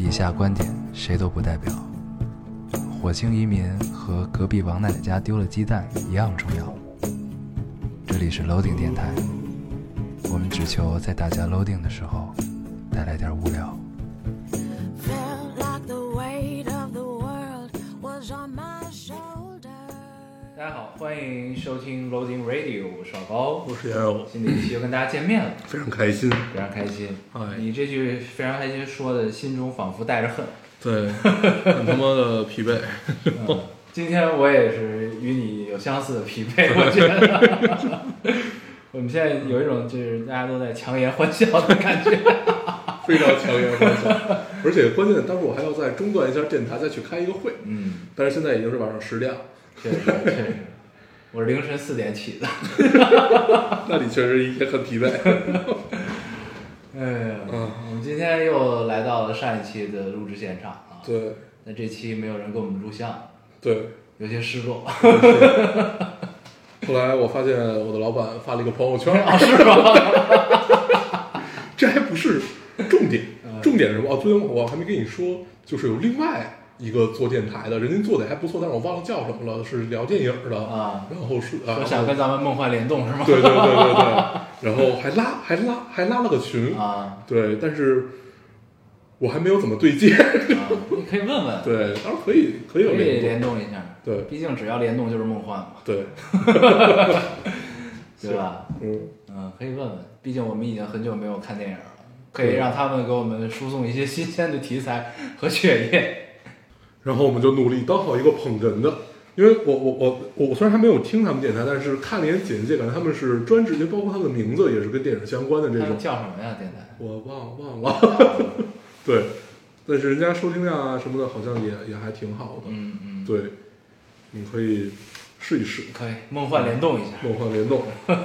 以下观点谁都不代表。火星移民和隔壁王奶奶家丢了鸡蛋一样重要。这里是 Loading 电台，我们只求在大家 Loading 的时候带来点无聊。大家好，欢迎收听 Loading Radio， 我是老高， 我是杨友， 新的一期又跟大家见面了， 非常开心， 非常开心。你这句非常开心说的，心中仿佛带着恨。 对，很他妈的疲惫。 今天我也是与你有相似的疲惫，我觉得。我们现在有一种就是大家都在强颜欢笑的感觉， 非常强颜欢笑。而且关键，当时我还要再中断一下电台，再去开一个会。但是现在已经是晚上10点了。 确实，我是凌晨4点起的。 那你确实也很疲惫。 哎呀，我们今天又来到了上一期的录制现场啊。 对。 那这期没有人给我们录像。 对。 有些失落。 后来我发现我的老板发了一个朋友圈。 是吧？ 这还不是重点，重点是什么？昨天我还没跟你说，就是有另外一个做电台的，人家做的还不错，但是我忘了叫什么了，是聊电影的啊。然后是我想跟咱们梦幻联动是吗？ 对。然后还拉了个群啊。对， 但是我还没有怎么对接。 你可以问问。 对，当然可以有联动一下。 对， 毕竟只要联动就是梦幻嘛。 对。 对吧？可以问问，毕竟我们已经很久没有看电影了，可以让他们给我们输送一些新鲜的题材和血液。 然后我们就努力当好一个捧哏的，因为我虽然还没有听他们电台，但是看了一眼简介，感觉他们是专职，就包括他们的名字也是跟电影相关的这种。 叫什么呀？电台？ 我忘了。对，但是人家收听量啊什么的，好像也还挺好的。对，你可以试一试。 可以，梦幻联动一下。 梦幻联动。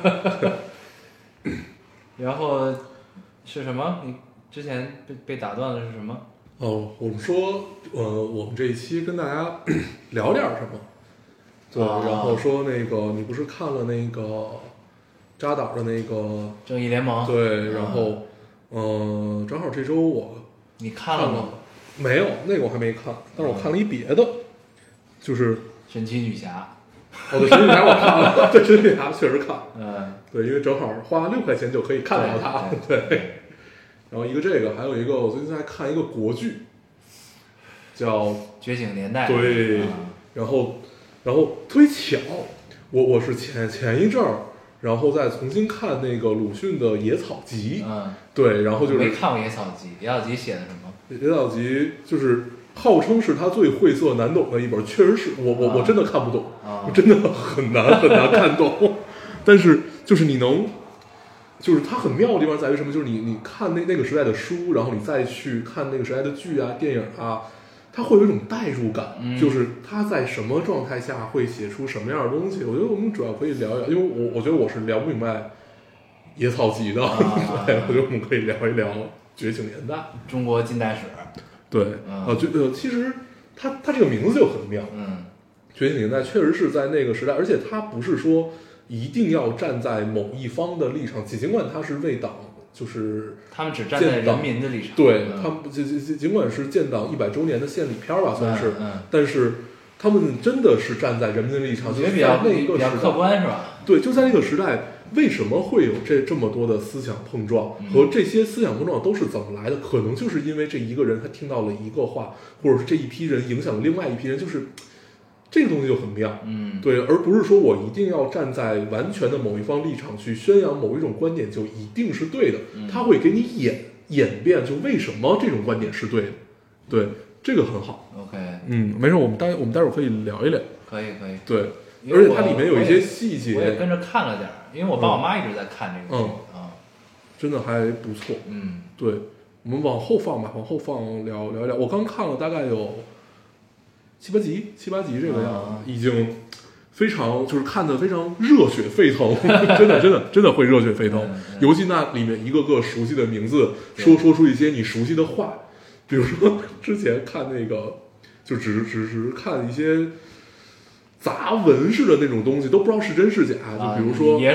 然后是什么？你之前被打断的是什么？ 我们说，我们这一期跟大家聊点什么？对，然后说那个，你不是看了那个扎导的那个《 正义联盟》？ 对，然后，正好这周你看了吗？ 没有，那个我还没看，但是我看了一别的，就是神奇女侠。 对，神奇女侠我看了，对，神奇女侠确实看，对，因为正好花6块钱就可以看到它，对。然后一个这个，还有一个我最近在看一个国剧，叫《 觉醒年代》。 对，然后特别巧，我是前一阵儿，然后再重新看那个鲁迅的《野草集》。对，然后就是没看过《野草集》，《野草集》写的什么？ 《野草集》就是号称是他最晦涩难懂的一本，确实是我真的看不懂，我真的很难看懂，但是就是你能。就是它很妙的地方在于什么？就是你看那个时代的书，然后你再去看那个时代的剧啊、电影啊，它会有一种代入感。就是它在什么状态下会写出什么样的东西？我觉得我们主要可以聊一聊，因为我觉得我是聊不明白《野草集》的。对，我觉得我们可以聊一聊《觉醒年代》， 中国近代史。对， 其实它这个名字就很妙。觉醒年代确实是在那个时代，而且它不是说。一定要站在某一方的立场，尽管他是为党，就是他们只站在人民的立场。 对，他们尽管是建党100周年的献礼片吧，算是，但是他们真的是站在人民的立场，就是在那一个时代， 比较客观是吧？ 对，就在那个时代，为什么会有这么多的思想碰撞？和这些思想碰撞都是怎么来的？可能就是因为这一个人他听到了一个话，或者是这一批人影响了另外一批人，就是。这个东西就很妙，对，而不是说我一定要站在完全的某一方立场去宣扬某一种观点就一定是对的，他会给你演变，就为什么这种观点是对的，对，这个很好。 OK， 没事，我们待会儿可以聊一聊。 可以， 对，而且它里面有一些细节， 我也跟着看了点，因为我爸我妈一直在看这个剧真的还不错。对，我们往后放吧，往后放聊一聊。我刚看了大概有。7、8集这个样子，已经非常就是看得非常热血沸腾，真的会热血沸腾。尤其那里面一个个熟悉的名字，说出一些你熟悉的话，比如说之前看那个，就只是看一些杂文式的那种东西，都不知道是真是假。就比如说野史，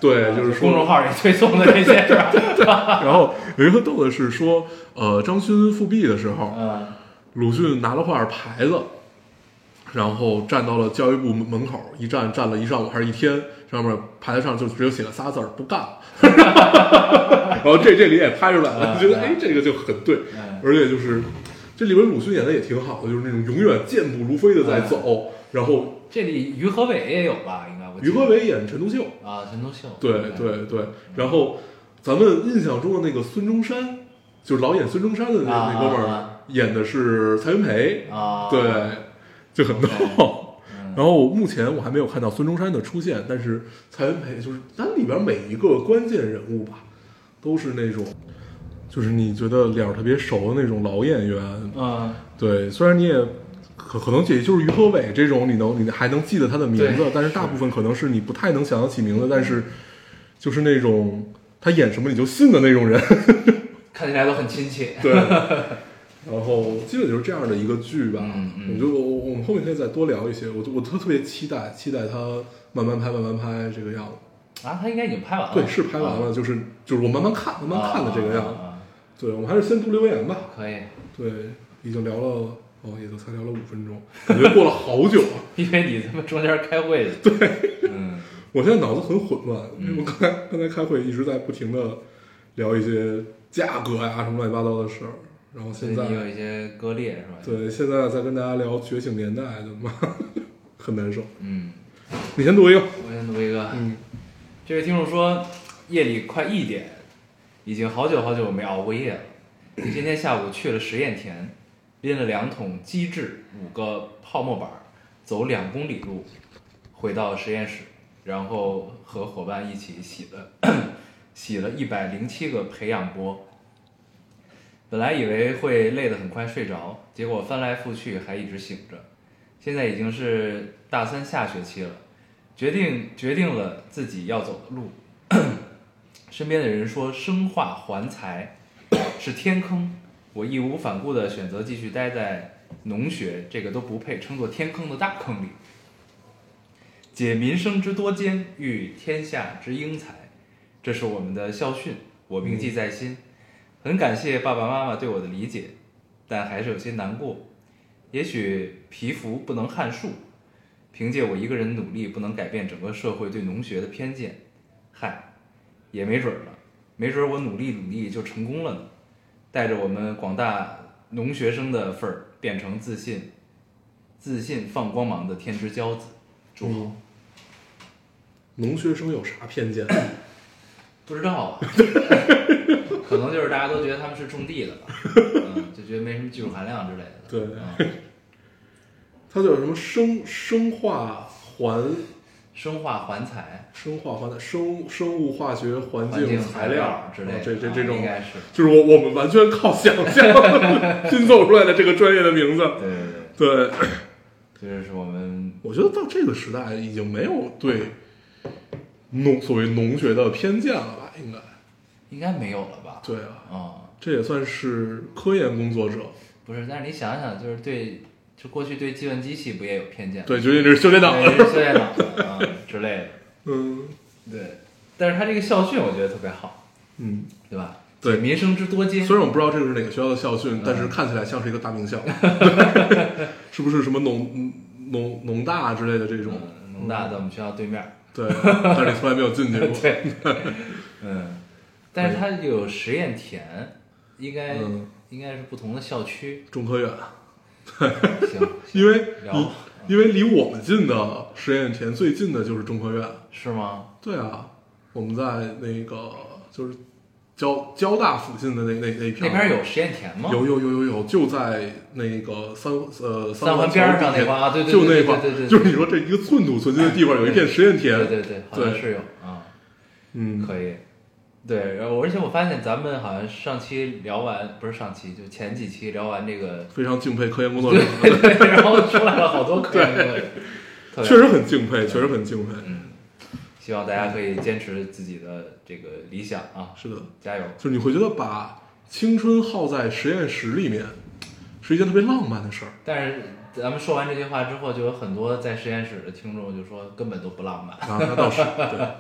对，就是说公众号里推送的这些是吧？ 然后有一个逗的是说，张勋复辟的时候，鲁迅拿了块牌子，然后站到了教育部门口，一站了一上午还是一天，上面牌子上就只有写了仨字儿：不干。然后这里也拍出来了，就觉得哎，这个就很对，而且就是这里边鲁迅演的也挺好的，就是那种永远健步如飞的在走，然后这里于和伟也有吧？应该于和伟演陈独秀啊，陈独秀， 对，然后咱们印象中的那个孙中山，就是老演孙中山的那哥们儿，演的是蔡元培啊， 对，就很逗。然后目前我还没有看到孙中山的出现，但是蔡元培就是它里边每一个关键人物吧，都是那种，就是你觉得脸特别熟的那种老演员，对，虽然你也可能也就是于和伟这种，你还能记得他的名字，但是大部分可能是你不太能想得起名字，但是就是那种他演什么你就信的那种人， 看起来都很亲切， 对。然后基本就是这样的一个剧吧，我觉得我们后面可以再多聊一些，我特别期待他慢慢拍这个样子啊，他应该已经拍完了， 对，是拍完了，就是我慢慢看的这个样子，对，我们还是先读留言吧， 可以， 对，已经聊了也就才聊了5分钟，感觉过了好久啊， 因为你他妈中间开会的， 对，我现在脑子很混乱，因为我刚才开会一直在不停的聊一些价格呀什么乱七八糟的事儿。然后现在你有一些割裂是吧？ 对，现在在跟大家聊《觉醒年代》的嘛，很难受。你先读一个， 我先读一个。这位听众说，夜里快1点，已经好久没熬过夜了。今天下午去了实验田，拎了2桶机制5个泡沫板，走2公里路，回到实验室，然后和伙伴一起洗了107个培养钵。本来以为会累得很快睡着，结果翻来覆去还一直醒着。现在已经是大3下学期了，决定了自己要走的路。身边的人说生化环材是天坑，我义无反顾地选择继续待在农学这个都不配称作天坑的大坑里。解民生之多艰，育天下之英才，这是我们的校训，我铭记在心。很感谢爸爸妈妈对我的理解，但还是有些难过。也许蚍蜉不能撼树，凭借我一个人努力不能改变整个社会对农学的偏见。嗨，也没准了，没准我努力就成功了呢。带着我们广大农学生的份儿，变成自信放光芒的天之骄子。祝好。 农学生有啥偏见？ 不知道啊。可能就是大家都觉得他们是种地的吧，就觉得没什么技术含量之类的。 对，它叫什么生化环材、生物化学环境材料之类的， 这种应该是， 就是我们完全靠想象拼凑出来的这个专业的名字。对， 这是我们， 我觉得到这个时代已经没有对所谓农学的偏见了吧？应该没有了吧？ 对啊， 这也算是科研工作者。 不是，但是你想想，就过去对计算机系不也有偏见？ 对，觉得这是修电脑的， 修电脑之类的。对。但是他这个校训我觉得特别好，对吧？ 对， 民生之多艰。 虽然我不知道这个是哪个学校的校训，但是看起来像是一个大名校，是不是什么农大之类的这种？ 农大在我们学校对面。 对，但是你从来没有进去过。 对，但是它有实验田，应该是不同的校区。 中科院。 行， 因为离我们近的实验田最近的就是中科院。 是吗？ 对啊，我们在那个就是交大附近的那片。 那边有实验田吗？ 有，就在那个三环边上那块啊，对， 就那块，就是你说这一个寸土寸金的地方有一片实验田。 对，好像是有啊。可以。对，然后而且我发现咱们好像上期聊完，不是上期，就前几期聊完这个， 非常敬佩科研工作者。 对，然后出来了好多科研工作者， 确实很敬佩， 希望大家可以坚持自己的这个理想啊！ 是的， 加油！ 就是你会觉得把青春耗在实验室里面是一件特别浪漫的事儿。 但是咱们说完这句话之后，就有很多在实验室的听众就说根本都不浪漫。 那倒是对。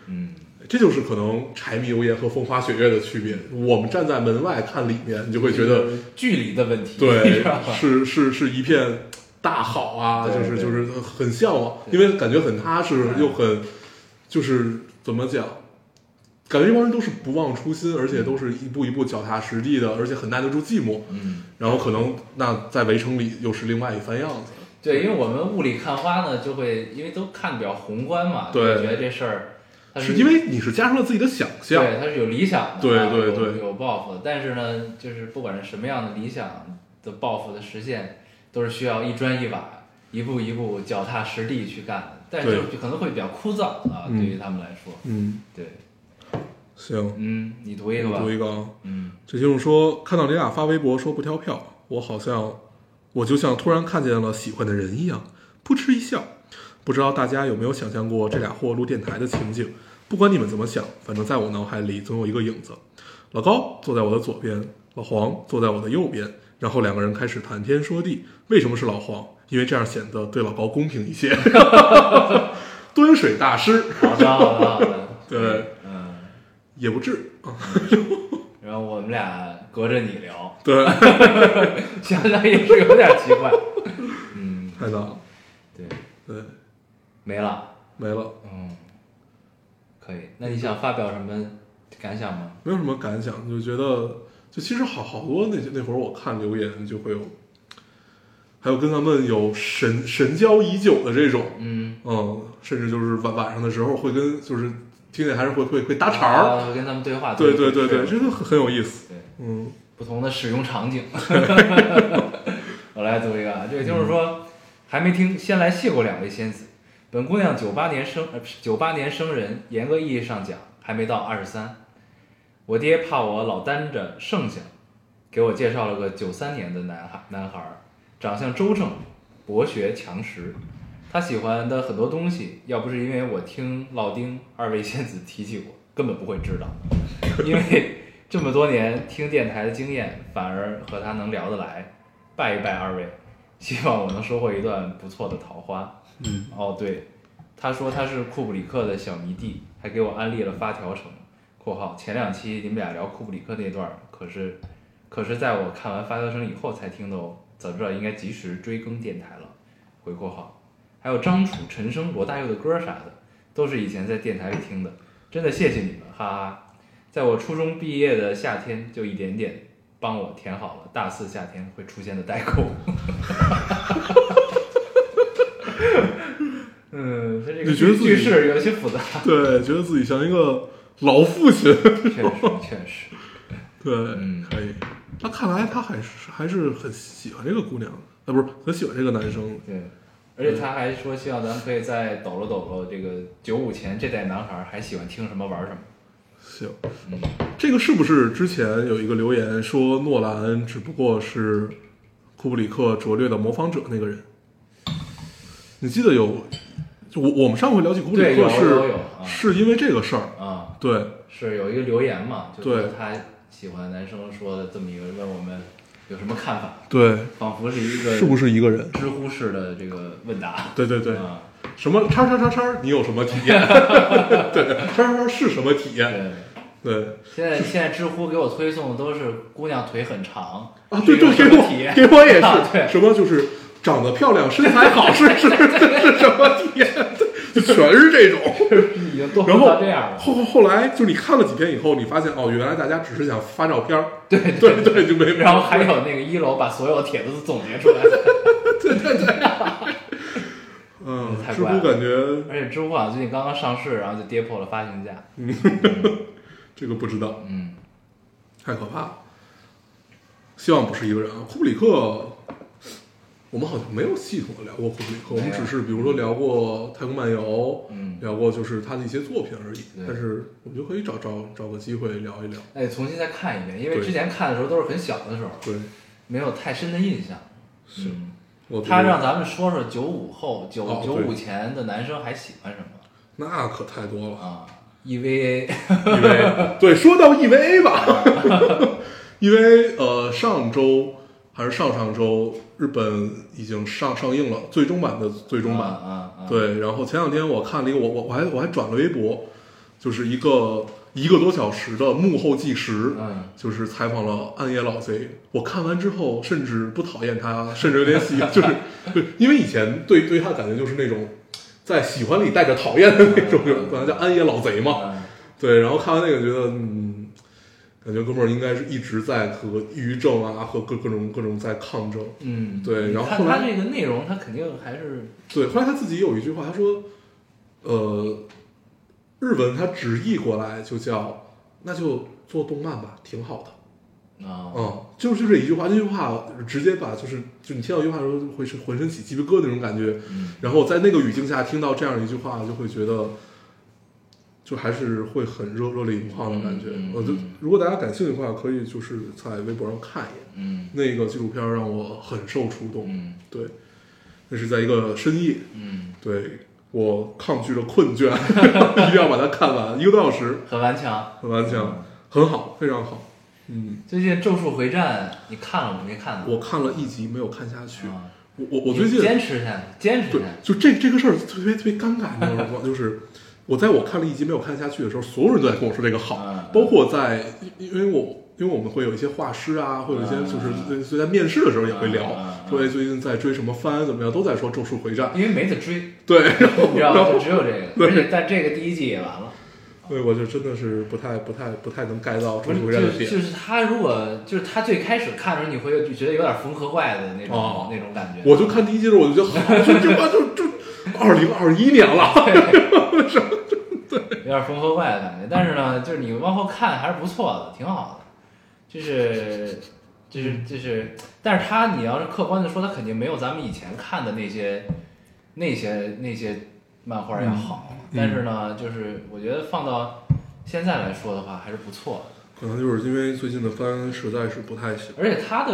这就是可能柴米油盐和风花雪月的区别。我们站在门外看里面，你就会觉得距离的问题， 对，是一片大好啊，就是很向往，因为感觉很踏实，又很就是怎么讲，感觉这帮人都是不忘初心，而且都是一步一步脚踏实地的，而且很耐得住寂寞。然后可能那在围城里又是另外一番样子。 对，因为我们雾里看花呢，就会因为都看比较宏观嘛， 对， 觉得这事儿是因为你是加入了自己的想象， 对，它是有理想的， 对， 有抱负的。但是呢，就是不管是什么样的理想的抱负的实现，都是需要一砖一瓦、一步一步脚踏实地去干的。但是就可能会比较枯燥啊，对于他们来说，对。 行， 你读一个吧。 读一个啊。这听众说，看到李俩发微博说不挑票，我就像突然看见了喜欢的人一样，扑哧一笑。不知道大家有没有想象过这俩货录电台的情景？不管你们怎么想，反正在我脑海里总有一个影子。老高坐在我的左边，老黄坐在我的右边，然后两个人开始谈天说地。为什么是老黄？因为这样显得对老高公平一些。端水大师。 好的。 对，也不至。 然后我们俩隔着你聊， 对， 想想也是有点奇怪。 太大了。对， 没了。可以。那你想发表什么感想吗？ 没有什么感想，就觉得就其实好多那会儿我看留言就会有，还有跟咱们有神交已久的这种，甚至就是晚上的时候会跟就是听见还是会搭茬儿， 跟他们对话。 对，这个很有意思。 对，不同的使用场景。我来读一个，这位听众说，还没听，先来谢过两位仙子。本姑娘98年生人，严格意义上讲还没到23。我爹怕我老担着剩下，给我介绍了个93年的男孩，长相周正，博学强识。他喜欢的很多东西，要不是因为我听老丁二位仙子提起过，根本不会知道。因为这么多年听电台的经验，反而和他能聊得来。拜一拜二位，希望我能收获一段不错的桃花。对，他说他是库布里克的小迷弟，还给我安利了发条城（括号前2期你们俩聊库布里克那段，可是在我看完发条城以后才听的哦，早知道应该及时追更电台了）回括号。还有张楚、陈升、罗大佑的歌啥的，都是以前在电台里听的，真的谢谢你们，哈哈。在我初中毕业的夏天，就一点点帮我填好了大4夏天会出现的代沟。他这个句式有些复杂。 对，觉得自己像一个老父亲。 确实。 对，可以。那看来他还是很喜欢这个姑娘，不是很喜欢这个男生。 对，而且他还说希望咱们可以再抖搂这个95前这代男孩还喜欢听什么玩什么。 行，这个是不是之前有一个留言说诺兰只不过是库布里克拙劣的模仿者那个人？你记得有？就我们上回聊起库布里克是因为这个事儿啊， 对， 是有一个留言嘛，就说他喜欢男生说的这么一个，问我们有什么看法？对，仿佛是一个是不是一个人知乎式的这个问答？ 对，什么叉，你有什么体验？对，叉是什么体验？对， 现在知乎给我推送的都是姑娘腿很长啊，对，给我也是，对，什么就是长得漂亮、身材好是什么体验？全是这种， 已经多然后这样了。 后来就你看了几篇以后，你发现原来大家只是想发照片， 对， 就没。 然后还有那个1楼把所有帖子都总结出来， 对。 太知乎感觉， 而且知乎好像最近刚刚上市，然后就跌破了发行价。 这个不知道，太可怕了。希望不是一个人啊，库布里克。我们好像没有系统的聊过库布里克，我们只是比如说聊过《太空漫游》，聊过就是他的一些作品而已。但是我们就可以找个机会聊一聊。 重新再看一遍，因为之前看的时候都是很小的时候， 对， 没有太深的印象。 是， 他让咱们说说95后、95前的男生还喜欢什么？ 那可太多了啊 ！EVA， 对，说到 EVA 吧，因为上周还是上周，日本已经上映了最终版的最终版。对，然后前2天我看了一个，我还转了微博， 就是一个多小时的幕后纪实，就是采访了暗夜老贼。我看完之后，甚至不讨厌他，甚至有点喜欢，就是对，因为以前对他的感觉就是那种在喜欢里带着讨厌的那种，就管他叫暗夜老贼嘛。对，然后看完那个觉得，感觉哥们儿应该是一直在和抑郁症啊，和各种在抗争。对。然后后来他这个内容，他肯定还是对。后来他自己有一句话，他说，日文他直译过来就叫那就做动漫吧，挺好的。就是这一句话，这句话直接把就你听到一句话的时候会是浑身起鸡皮疙瘩那种感觉。然后在那个语境下听到这样一句话，就会觉得。就还是会很热泪盈眶的感觉。如果大家感兴趣的话，可以就是在微博上看一眼。那个纪录片让我很受触动。对，那是在一个深夜。对，我抗拒了困倦，一定要把它看完，1个多小时， 很顽强， 很好，非常好。 最近《咒术回战》你看了吗？没看呢？ 我看了1集，没有看下去。我最近坚持一下。对， 就这个事儿特别尴尬，你知道吗？就是我看了1集没有看下去的时候，所有人都在跟我说这个好，包括因为我们会有一些画师啊，会有一些就是在面试的时候也会聊，说最近在追什么番怎么样，都在说《咒术回战》， 因为没得追。 对， 你知道吗？就只有这个，而且但这个第1季也完了。 对，我就真的是不太能 get 到《咒术回战》的点。 就是他如果就是他最开始看的时候，你会就觉得有点缝合怪的那种感觉。 我就看第1季的时候，我就觉得好，这吧就2021年了，对， 有点缝合怪的感觉。但是呢，就是你往后看还是不错的，挺好的。就是，但是你要是客观的说，他肯定没有咱们以前看的那些漫画要好。但是呢，就是我觉得放到现在来说的话，还是不错的。 可能就是因为最近的番实在是不太行， 而且他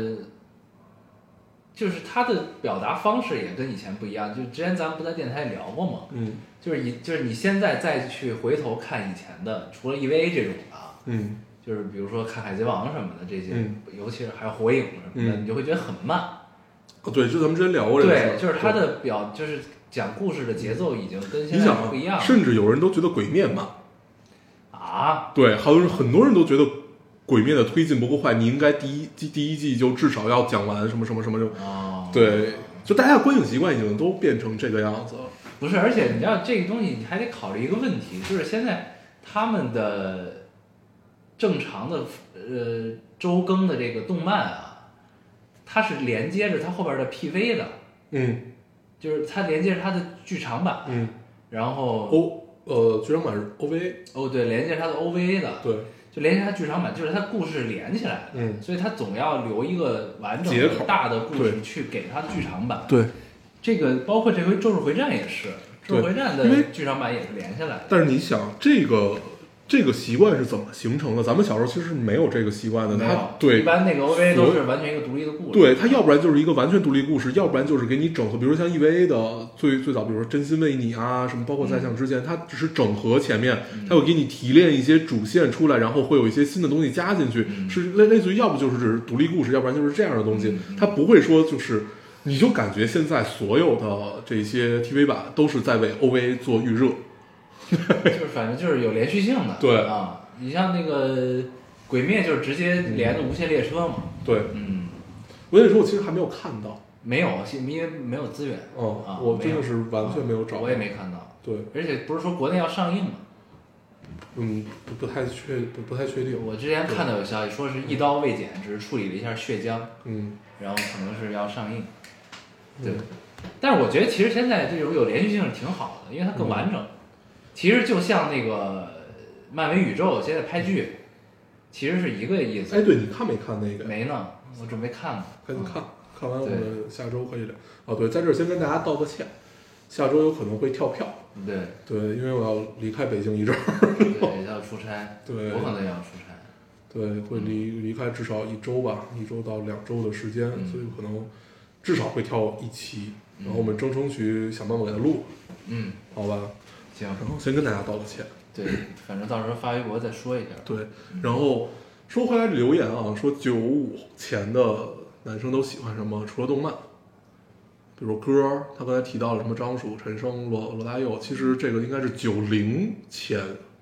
的表达方式也跟以前不一样。就之前咱们不在电台里聊过嘛，就是你现在再去回头看以前的，除了 EVA 这种的，就是比如说看海贼王什么的这些，尤其是还有火影什么的，你就会觉得很慢。 对，就咱们之前聊过这个事儿。 对，就是他的就是讲故事的节奏已经跟现在不一样了。 甚至有人都觉得鬼灭慢啊。 对，很多人都觉得鬼灭的推进不够快，你应该第一季就至少要讲完什么什么什么对，就大家的观影习惯已经都变成这个样子了。 不是，而且你知道这个东西，你还得考虑一个问题，就是现在他们的正常的周更的这个动漫啊，它是连接着它后边的 PV 的。就是它连接着它的剧场版。然后剧场版是 OVA。 对，连接它的 OVA 的。 对。 就连接它剧场版，就是它故事连起来的。所以它总要留一个完整的大的故事去给它的剧场版。 对。 这个包括这回《咒术回战》也是，《咒术回战》的剧场版也是连下来的。 但是你想，这个习惯是怎么形成的？咱们小时候其实是没有这个习惯的。对， 一般那个 OVA 都是完全一个独立的故事。 对，它要不然就是一个完全独立故事，要不然就是给你整合。比如像 EVA 的最早，比如说《真心为你》啊，什么包括在向之前，它只是整合前面，它会给你提炼一些主线出来，然后会有一些新的东西加进去，是类似于要不就是只是独立故事，要不然就是这样的东西。它不会说就是。你就感觉现在所有的这些 TV 版都是在为 OVA 做预热， 就是反正就是有连续性的。 对啊，你像那个鬼灭就是直接连着无限列车嘛。 对，我跟你说，我其实还没有看到， 没有，因为没有资源。 我真的是完全没有找到， 我也没看到。 对， 而且不是说国内要上映吗？ 不太确定。 我之前看到有消息说是一刀未剪，只是处理了一下血浆，然后可能是要上映。对，但是我觉得其实现在这种有连续性是挺好的，因为它更完整。其实就像那个漫威宇宙现在拍剧，其实是一个意思。 对，你看没看那个？ 没呢，我准备看呢。 赶紧看完我们下周可以聊。对，在这儿先跟大家道个歉，下周有可能会跳票。对，因为我要离开北京一阵儿。 对，要出差。对，我可能也要出差。 对，会离开至少1周吧，1周到2周的时间，所以可能。至少会挑1期，然后我们争取想办法给它录。好吧。 行。 然后先跟大家道个歉。 对，反正到时候发微博再说一下。 对，然后说回来留言啊，说95前的男生都喜欢什么？除了动漫，比如歌，他刚才提到了什么张曙、陈升、罗大佑，其实这个应该是90前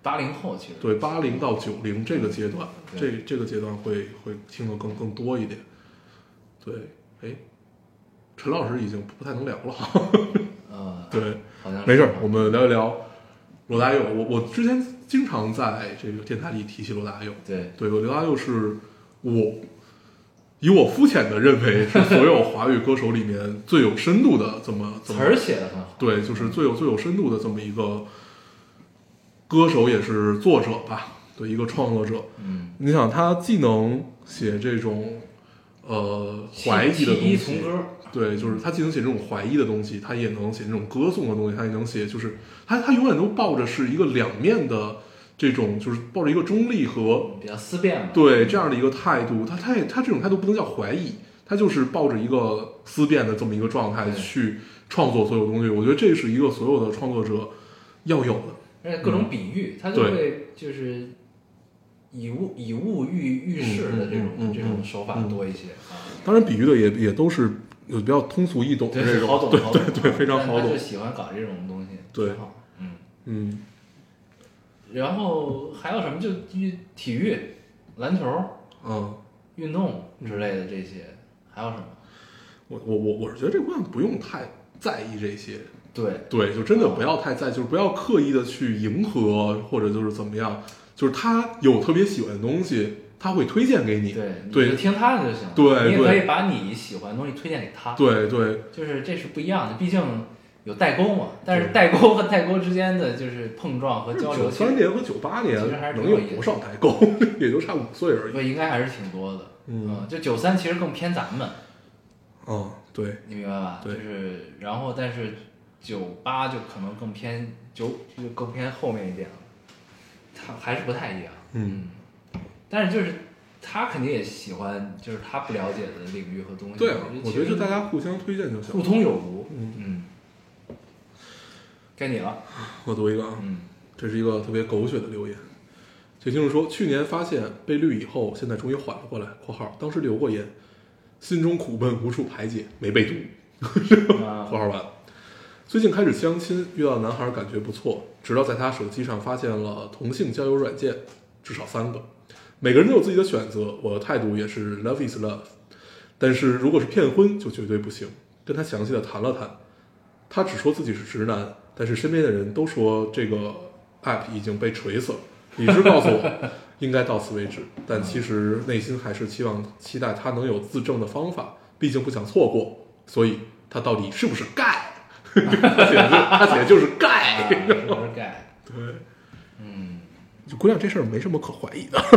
80后其实对80到90这个阶段， 对这个阶段会听得更多一点。对，哎，陈老师已经不太能聊了。对， 好像没事，我们聊一聊罗大佑。我之前经常在这个电台里提起罗大佑。 对， 罗大佑是以我肤浅的认为是所有华语歌手里面最有深度的这么词儿写的很好。 对，就是最有深度的这么一个歌手，也是作者吧，对，一个创作者。你想他既能写这种怀疑的东西，对，就是他既能写这种怀疑的东西，他也能写这种歌颂的东西，他也能写，就是他永远都抱着是一个两面的这种，就是抱着一个中立和比较思辨嘛， 对这样的一个态度。他这种态度不能叫怀疑，他就是抱着一个思辨的这么一个状态去创作所有东西。我觉得这是一个所有的创作者要有的， 而且各种比喻，他就会就是以物喻事的这种手法多一些。 当然，比喻的也都是有比较通俗易懂的这种， 好懂， 对，非常好懂。 他就喜欢搞这种东西， 对， 好， 然后还有什么？就体育、篮球、运动之类的这些，还有什么？ 我是觉得这个姑娘不用太在意这些， 对， 就真的不要太在意，就是不要刻意的去迎合或者就是怎么样，就是他有特别喜欢的东西，他会推荐给你， 对， 你就听他的就行了， 对， 你也可以把你喜欢的东西推荐给他， 对， 就是这是不一样的，毕竟有代沟嘛，但是代沟和代沟之间的就是碰撞和交流。 93年和98年能有多少代沟？也就差5岁而已。 对，应该还是挺多的。就93其实更偏咱们。 对， 你明白吧？ 对， 就是然后但是98就可能更偏就更偏后面一点了，他还是不太一样。但是就是他肯定也喜欢，就是他不了解的领域和东西。 对啊，我觉得就大家互相推荐就行， 互通有无。该你了， 我读一个啊，这是一个特别狗血的留言。这听众说，去年发现被绿以后，现在终于缓了过来（括号当时留过言，心中苦闷无处排解，没被读）括号完。最近开始相亲，遇到的男孩感觉不错，直到在他手机上发现了同性交友软件，至少3个。每个人都有自己的选择，我的态度也是 love is love， 但是如果是骗婚就绝对不行。跟他详细的谈了谈，他只说自己是直男，但是身边的人都说这个 app 已经被锤死了。理智告诉我应该到此为止，但其实内心还是期待他能有自证的方法，毕竟不想错过。所以他到底是不是盖？他写的就是盖， 是不是盖？ 对，就姑娘这事儿没什么可怀疑的。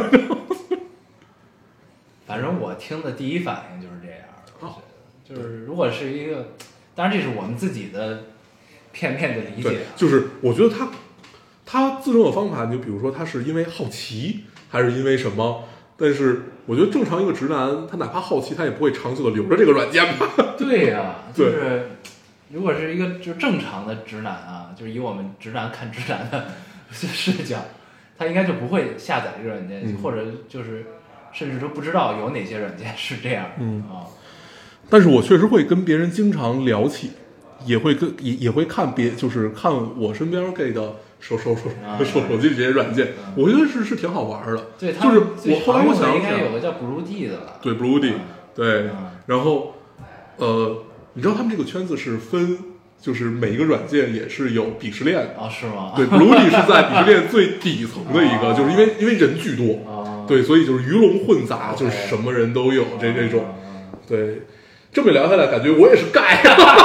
反正我听的第一反应就是这样的，就是如果是一个，当然这是我们自己的片面的理解， 就是我觉得他自证的方法，你就比如说他是因为好奇，还是因为什么？但是我觉得正常一个直男，他哪怕好奇，他也不会长久的留着这个软件吧？ 对呀，就是如果是一个就正常的直男啊，就是以我们直男看直男的视角，他应该就不会下载这个软件，或者就是甚至都不知道有哪些软件是这样但是我确实会跟别人经常聊起，也会看就是看我身边 gay 的手机这些软件，我觉得是挺好玩的。 对， 就是我后来我想应该有个叫 Blued 的吧？ 对 Blued， 对，然后你知道他们这个圈子是分，就是每一个软件也是有鄙视链的是吗？ 对 Blued 是在鄙视链最底层的一个，就是因为人巨多对，所以就是鱼龙混杂，就是什么人都有这种。对，这么聊下来，感觉我也是盖。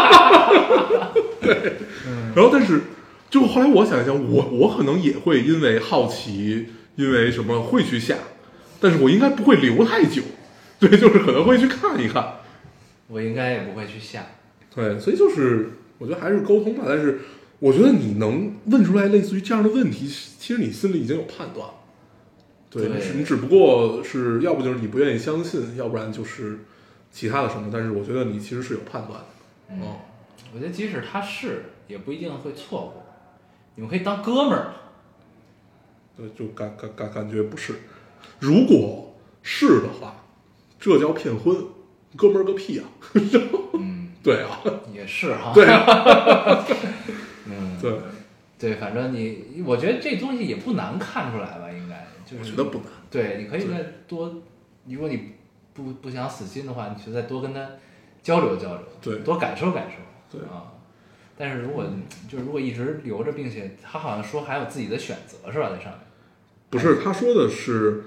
对，然后但是就后来我想一想，我可能也会因为好奇，因为什么会去下，但是我应该不会留太久。对，就是可能会去看一看。 我应该也不会去下。 对，所以就是我觉得还是沟通吧。但是我觉得你能问出来类似于这样的问题，其实你心里已经有判断了。对，你只不过是要不就是你不愿意相信，要不然就是其他的什么。但是我觉得你其实是有判断的。 我觉得即使他是，也不一定会错过。你们可以当哥们儿。 对，就感觉不是。如果是的话，这叫骗婚，哥们儿个屁啊！对啊， 也是哈。 对啊，对。 对，反正我觉得这东西也不难看出来吧，应该就是我觉得不难。 对，你可以再多，如果你不想死心的话，你就再多跟他交流交流， 对， 多感受感受， 对啊。但是如果一直留着，并且他好像说还有自己的选择是吧，在上面。 不是，他说的是，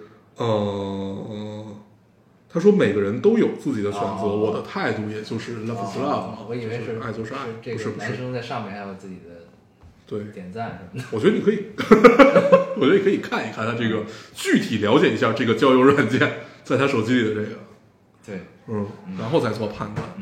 他说每个人都有自己的选择，我的态度也就是 love is love， 我以为是爱就是爱， 这个男生在上面还有自己的对点赞什么的。 我觉得你可以，我觉得你可以看一看他这个具体了解一下这个交友软件在他手机里的这个， 对， 然后再做判断。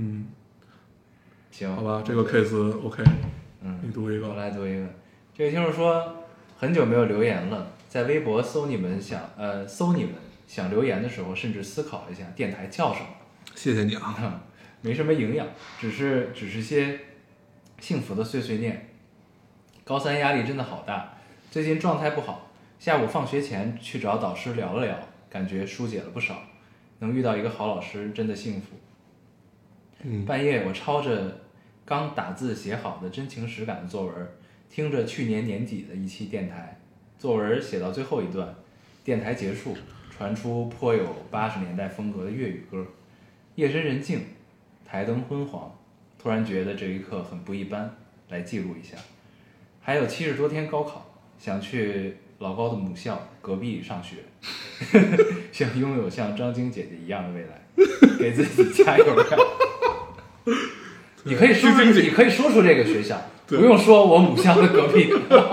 行， 好吧，这个 case OK，你读一个， 我来读一个。这位听众说，很久没有留言了，在微博搜你们想留言的时候，甚至思考一下电台叫什么。 谢谢你啊， 没什么营养，只是些幸福的碎碎念。高三压力真的好大，最近状态不好，下午放学前去找导师聊了聊，感觉疏解了不少。能遇到一个好老师真的幸福。半夜我抄着刚打字写好的真情实感的作文，听着去年年底的一期电台，作文写到最后一段，电台结束，传出颇有80年代风格的粤语歌，夜深人静，台灯昏黄，突然觉得这一刻很不一般，来记录一下。还有70多天高考，想去老高的母校隔壁上学，想拥有像张晶姐姐一样的未来，给自己加油呀！你可以说出这个学校，不用说我母校的隔壁。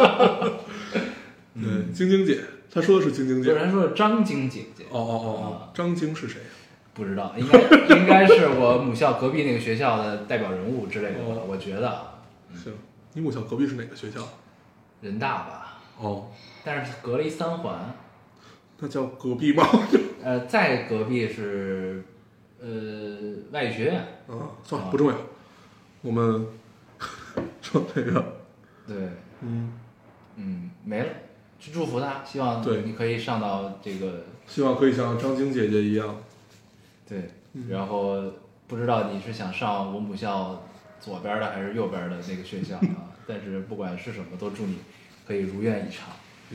对，晶晶姐，他说的是晶晶姐， 有人说张晶姐姐。 张晶是谁？ 不知道，应该是我母校隔壁那个学校的代表人物之类的吧，我觉得。 行，你母校隔壁是哪个学校？ 人大吧。但是隔了一3环。 那叫隔壁吗？ 在隔壁是外语学院。 算了，不重要。我们说这个。 对。没了。去祝福他，希望你可以上到这个。 希望可以像张晶姐姐一样。 对。然后不知道你是想上我母校左边的还是右边的那个学校啊？但是不管是什么，都祝你可以如愿以偿。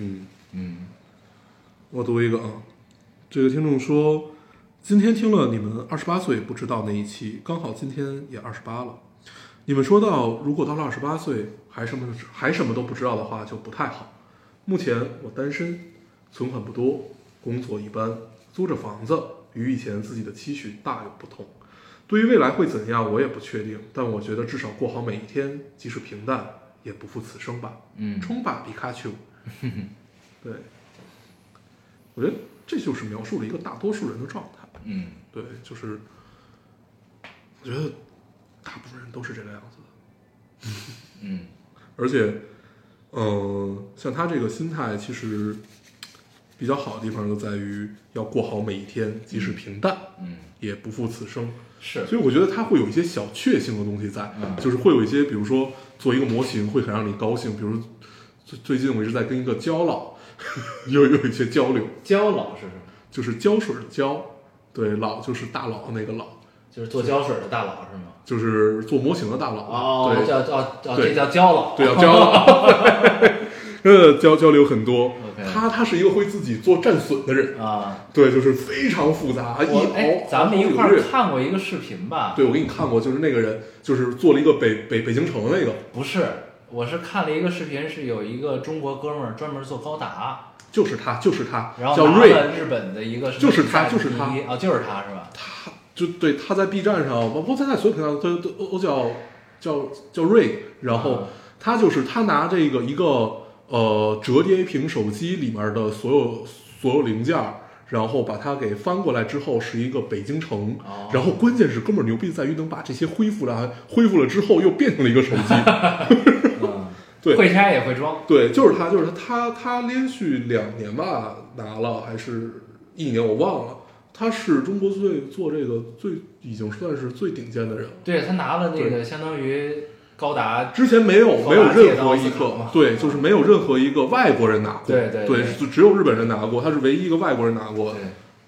我读一个啊，这个听众说，今天听了你们28岁不知道那一期，刚好今天也28了。你们说到，如果到了28岁还什么都不知道的话，就不太好。目前我单身，存款不多，工作一般，租着房子，与以前自己的期许大有不同。对于未来会怎样，我也不确定，但我觉得至少过好每一天，即使平淡，也不负此生吧。冲吧，皮卡丘！对，我觉得这就是描述了一个大多数人的状态。对，就是我觉得大部分人都是这个样子的。而且，像他这个心态，其实比较好的地方就在于要过好每一天，即使平淡，也不负此生。 是， 所以我觉得他会有一些小确幸的东西在，就是会有一些，比如说做一个模型会很让你高兴，比如最近我一直在跟一个胶老有一些交流。 胶老是什么？ 就是胶水的胶，对，老就是大佬那个老， 就是做胶水的大佬是吗？ 就是做模型的大佬。 对，这叫胶老。 对，叫胶老。交流很多。他是一个会自己做战损的人啊， 对，就是非常复杂。 咱们一块儿看过一个视频吧？ 对，我给你看过，就是那个人就是做了一个北京城那个。 不是，我是看了一个视频，是有一个中国哥们儿专门做高达， 就是他， 然后叫瑞， 日本的一个就是他就是他是吧？ 他在 B 站上，包括在所有平台都叫瑞，然后他拿这个一个折叠屏手机里面的所有零件，然后把它给翻过来之后是一个北京城，然后关键是哥们儿牛逼在于能把这些恢复了之后又变成了一个手机。对， 会拆也会装。 对，就是他连续2年吧拿了，还是1年我忘了。他是中国做这个已经算是最顶尖的人了。 对，他拿了那个相当于高达， 之前没有任何一个，对，就是没有任何一个外国人拿过。 对， 只有日本人拿过，他是唯一一个外国人拿过的。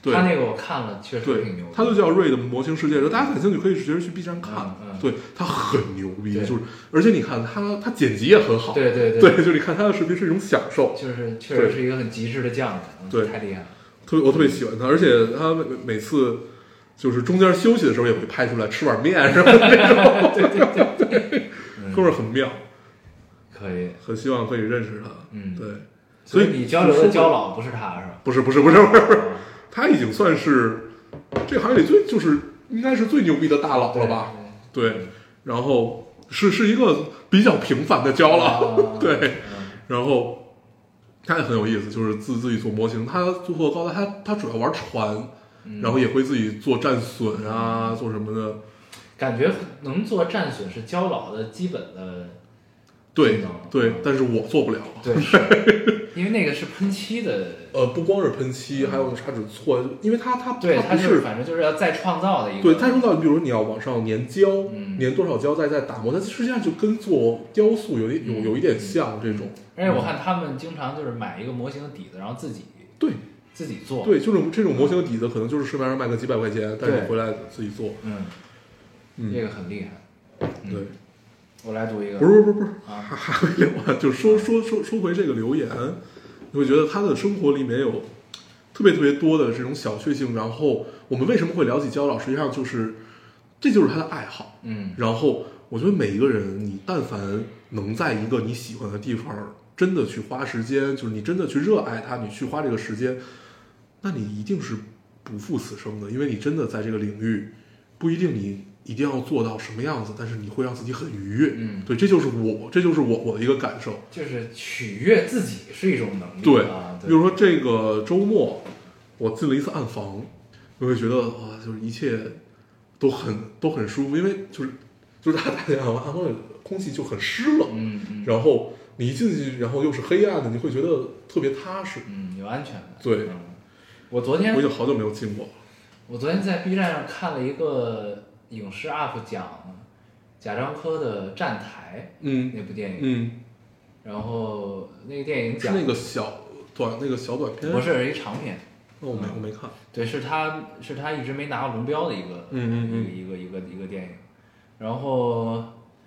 他那个我看了，确实挺牛的。 他就叫瑞的模型世界，大家感兴趣可以直接去 B 站看。对，他很牛逼，就是而且你看他剪辑也很好。 对， 就你看他的视频是一种享受， 就是确实是一个很极致的匠人， 对， 太厉害了。 我特别喜欢他，而且他每次就是中间休息的时候也会拍出来吃碗面什么的那种。对，哥们儿很妙， 可以， 很希望可以认识他。对。 所以你交流的交老不是他是吧？ 不是，他已经算是这行业里就是应该是最牛逼的大佬了吧？对，然后是一个比较平凡的交老，对，然后他也很有意思，就是自己做模型，他做高达，他主要玩船，然后也会自己做战损啊，做什么的。 感觉能做战损是交老的基本的。 对，但是我做不了。 对，是因为那个是喷漆的。 不光是喷漆，还有砂纸错，因为它对， 它不是， 反正就是要再创造的一个。 对，再创造，比如你要往上粘胶，粘多少胶再打磨，它实际上就跟做雕塑有一点像这种。 而且我看他们经常就是买一个模型的底子，然后自己做。 对，就是这种模型的底子，可能就是市面上卖个几百块钱，但是你回来自己做。 这个很厉害。 对。 我来读一个， 不是，还没有啊！就说回这个留言，你会觉得他的生活里面有特别多的这种小确幸。然后我们为什么会聊起焦老，实际上这就是他的爱好。然后我觉得每一个人，你但凡能在一个你喜欢的地方真的去花时间，就是你真的去热爱它，你去花这个时间，那你一定是不负此生的，因为你真的在这个领域，不一定你一定要做到什么样子，但是你会让自己很愉悦。对，这就是我的一个感受， 就是取悦自己是一种能力。 对，比如说这个周末我进了一次暗房，我会觉得哇，就是一切都很舒服，因为就是大家暗房的空气就很湿冷，然后你一进去，然后又是黑暗的，你会觉得特别踏实， 有安全感。 对， 我已经好久没有进过了。 我昨天在 B 站上看了一个影视 UP 讲贾樟柯的《站台》那部电影，然后那个电影讲是那个小短片， 不是一长片。 我没看。 对，是他一直没拿过龙标的一个一个电影，然后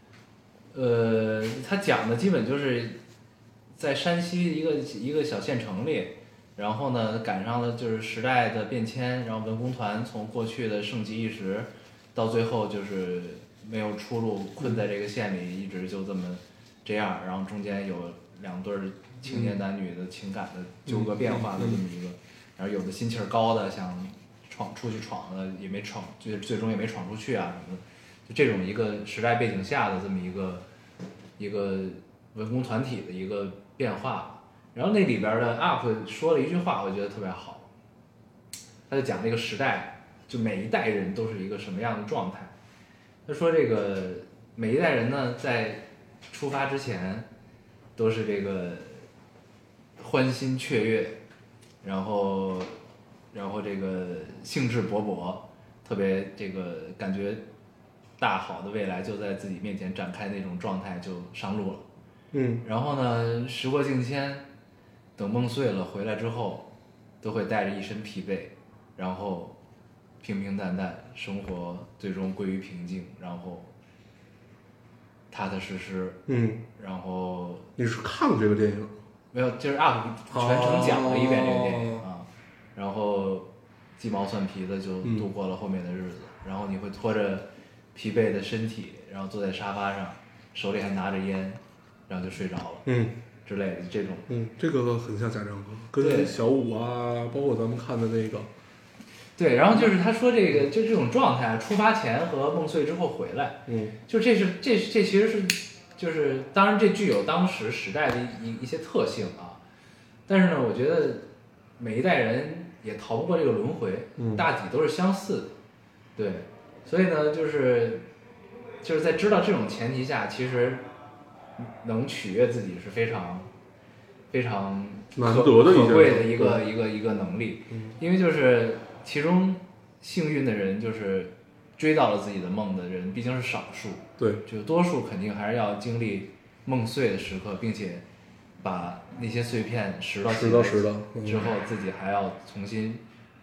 他讲的基本就是在山西一个小县城里。然后呢，赶上了就是时代的变迁，然后文工团从过去的盛极一时，到最后就是没有出路，困在这个县里，一直就这样。然后中间有2对青年男女的情感的纠葛变化的这么一个，然后有的心气儿高的想出去闯的也没闯，就是最终也没闯出去啊什么的，就这种一个时代背景下的这么一个文工团体的一个变化。然后那里边的 UP 说了一句话，我觉得特别好。他就讲这个时代，就每一代人都是一个什么样的状态。他说这个每一代人呢，在出发之前，都是这个欢欣雀跃，然后这个兴致勃勃，特别这个感觉大好的未来就在自己面前展开那种状态，就上路了。然后呢，时过境迁。等梦碎了回来之后，都会带着一身疲惫，然后平平淡淡生活，最终归于平静，然后踏踏实实。然后你是看过这个电影？ 没有，就是 UP 全程讲了一遍这个电影啊，然后鸡毛蒜皮的就度过了后面的日子。然后你会拖着疲惫的身体，然后坐在沙发上，手里还拿着烟，然后就睡着了。之类的这种， 这个很像贾樟柯，跟小五啊，包括咱们看的那个， 对，然后就是他说这个就这种状态，出发前和梦碎之后回来，就这其实是就是当然这具有当时时代的一些特性啊，但是呢，我觉得每一代人也逃不过这个轮回，大体都是相似的，对，所以呢，就是在知道这种前提下，其实。能取悦自己是非常非常难得的可贵的一个能力，因为就是其中幸运的人就是追到了自己的梦的人毕竟是少数， 对， 就多数肯定还是要经历梦碎的时刻，并且把那些碎片拾到之后，自己还要重新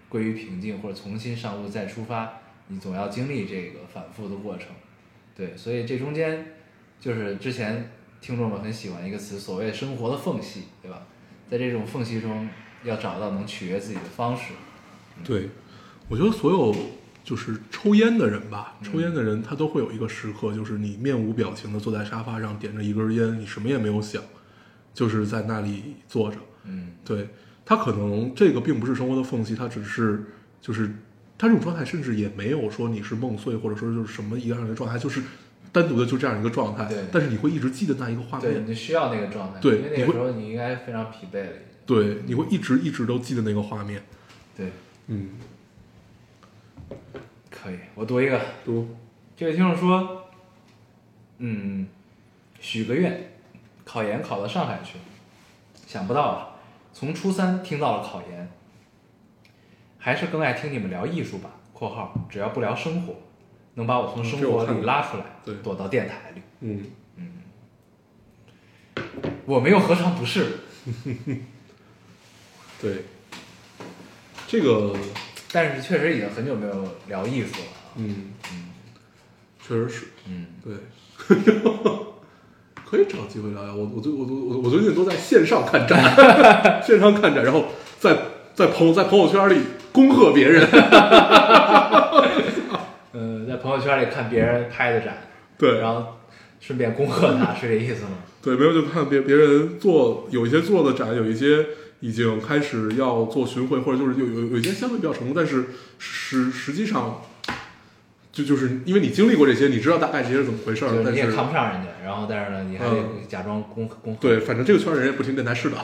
归于平静，或者重新上路再出发，你总要经历这个反复的过程。对，所以这中间就是之前听众们很喜欢一个词，所谓生活的缝隙，对吧？在这种缝隙中，要找到能取悦自己的方式。 对，我觉得所有就是抽烟的人吧，抽烟的人他都会有一个时刻，就是你面无表情的坐在沙发上，点着一根烟，你什么也没有想，就是在那里坐着。对，他可能这个并不是生活的缝隙，他只是就是他这种状态，甚至也没有说你是梦碎，或者说就是什么一样的状态，就是单独的就这样一个状态。 对， 但是你会一直记得那一个画面。 对，你需要那个状态。 对， 因为那个时候你应该非常疲惫了。 对，你会一直都记得那个画面。 对，可以，我读一个。 读。 这位听众说，许个愿，考研考到上海去了，想不到啊，从初3听到了考研，还是更爱听你们聊艺术吧（括号只要不聊生活，能把我从生活里拉出来，躲到电台里）。我们又何尝不是？ 对，这个， 但是确实已经很久没有聊艺术了。 确实是。对，可以找机会聊聊。我最近都在线上看展，线上看展，然后在朋友圈里恭贺别人。 在朋友圈里看别人拍的展， 对， 然后顺便恭贺他，是这意思吗？ 对，没有，就看别人有一些做的展，有一些已经开始要做巡回，或者就是有一些相对比较成功，但是实际上就是因为你经历过这些，你知道大概这些是怎么回事儿， 但是你也看不上人家，然后但是呢，你还得假装恭贺。 对，反正这个圈人也不听电台是的。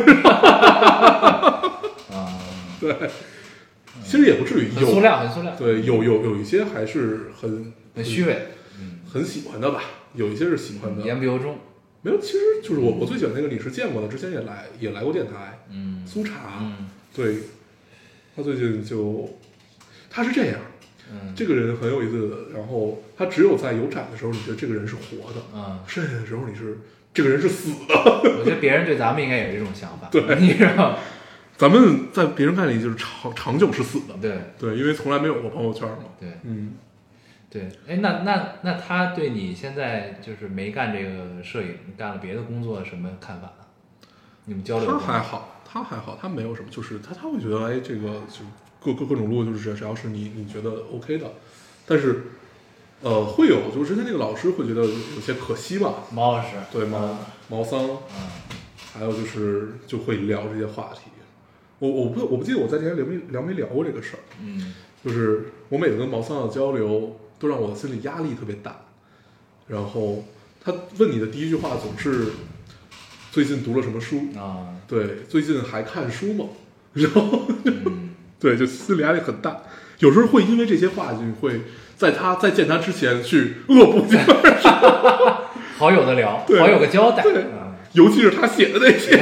对，其实也不至于很塑料，很塑料。 对，有一些还是很虚伪， 很喜欢的吧，有一些是喜欢的， 言不由衷。 没有，其实就是我最喜欢那个你是见过的，之前也来过电台，苏茶，对，他最近他是这样，这个人很有意思的，然后他只有在有展的时候，你觉得这个人是活的，剩下的时候这个人是死的。 我觉得别人对咱们应该有这种想法， 对， 你知道， 咱们在别人看里就是长久是死的， 对， 因为从来没有过朋友圈嘛， 对，对，哎，那他对你现在就是没干这个摄影，干了别的工作什么看法呢？你们交流？ 他还好，他没有什么，就是他会觉得，哎，这个就各种路，就是只要是你觉得 OK 的，但是会有，就是之前那个老师会觉得有些可惜嘛， 毛老师， 对毛桑，还有就会聊这些话题。我不记得我在之前没聊过这个事儿，就是我每次跟毛桑的交流，都让我的心理压力特别大。然后他问你的第一句话总是最近读了什么书啊？对， 最近还看书吗？然后对，就心理压力很大。有时候会因为这些话，就会在见他之前去恶补几本书， 好友的聊，好友个交代。 对，尤其是他写的那些。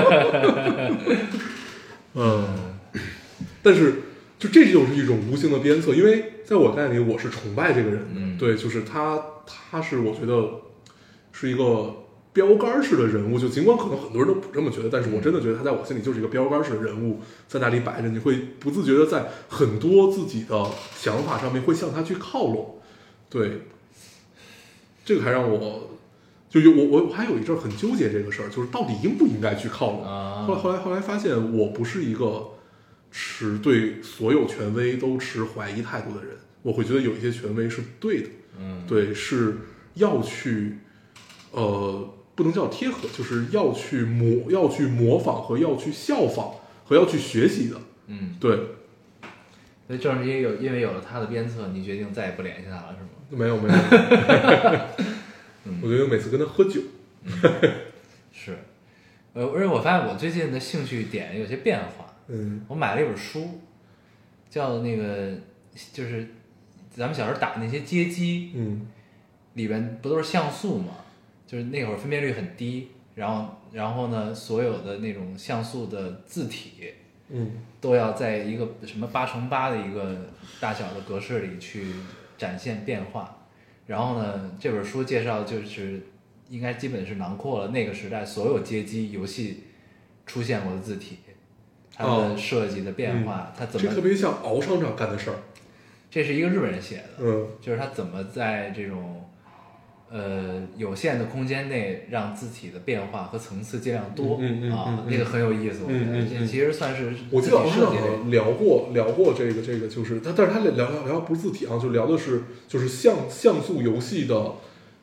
但是就这就是一种无形的鞭策，因为在我概念里，我是崇拜这个人的。对，就是他是我觉得是一个标杆式的人物，就尽管可能很多人都不这么觉得，但是我真的觉得他在我心里就是一个标杆式的人物，在那里摆着，你会不自觉的在很多自己的想法上面会向他去靠拢。对，这个还让我我还有一阵很纠结这个事儿，就是到底应不应该去靠拢。后来发现我不是一个对所有权威都持怀疑态度的人，我会觉得有一些权威是对的，对，是要去不能叫贴合，就是要去模仿和要去效仿和要去学习的，对。 所以正是因为有了他的鞭策，你决定再也不联系他了，是吗？ 没有。我觉得每次跟他喝酒， 是，而且我发现我最近的兴趣点有些变化。我买了一本书，叫那个就是咱们小时候打那些街机，里边不都是像素嘛？就是那会儿分辨率很低，然后呢，所有的那种像素的字体，都要在一个什么8×8的一个大小的格式里去展现变化。然后呢，这本书介绍就是应该基本是囊括了那个时代所有街机游戏出现过的字体， 它的设计的变化，它怎么这特别像敖厂长干的事儿。 这是一个日本人写的， 就是他怎么在这种有限的空间内让字体的变化和层次尽量多，那个很有意思，我觉得其实算是我记得敖厂长聊过这个，就是他，但是他聊不是字体啊，就聊的是就是像素游戏的。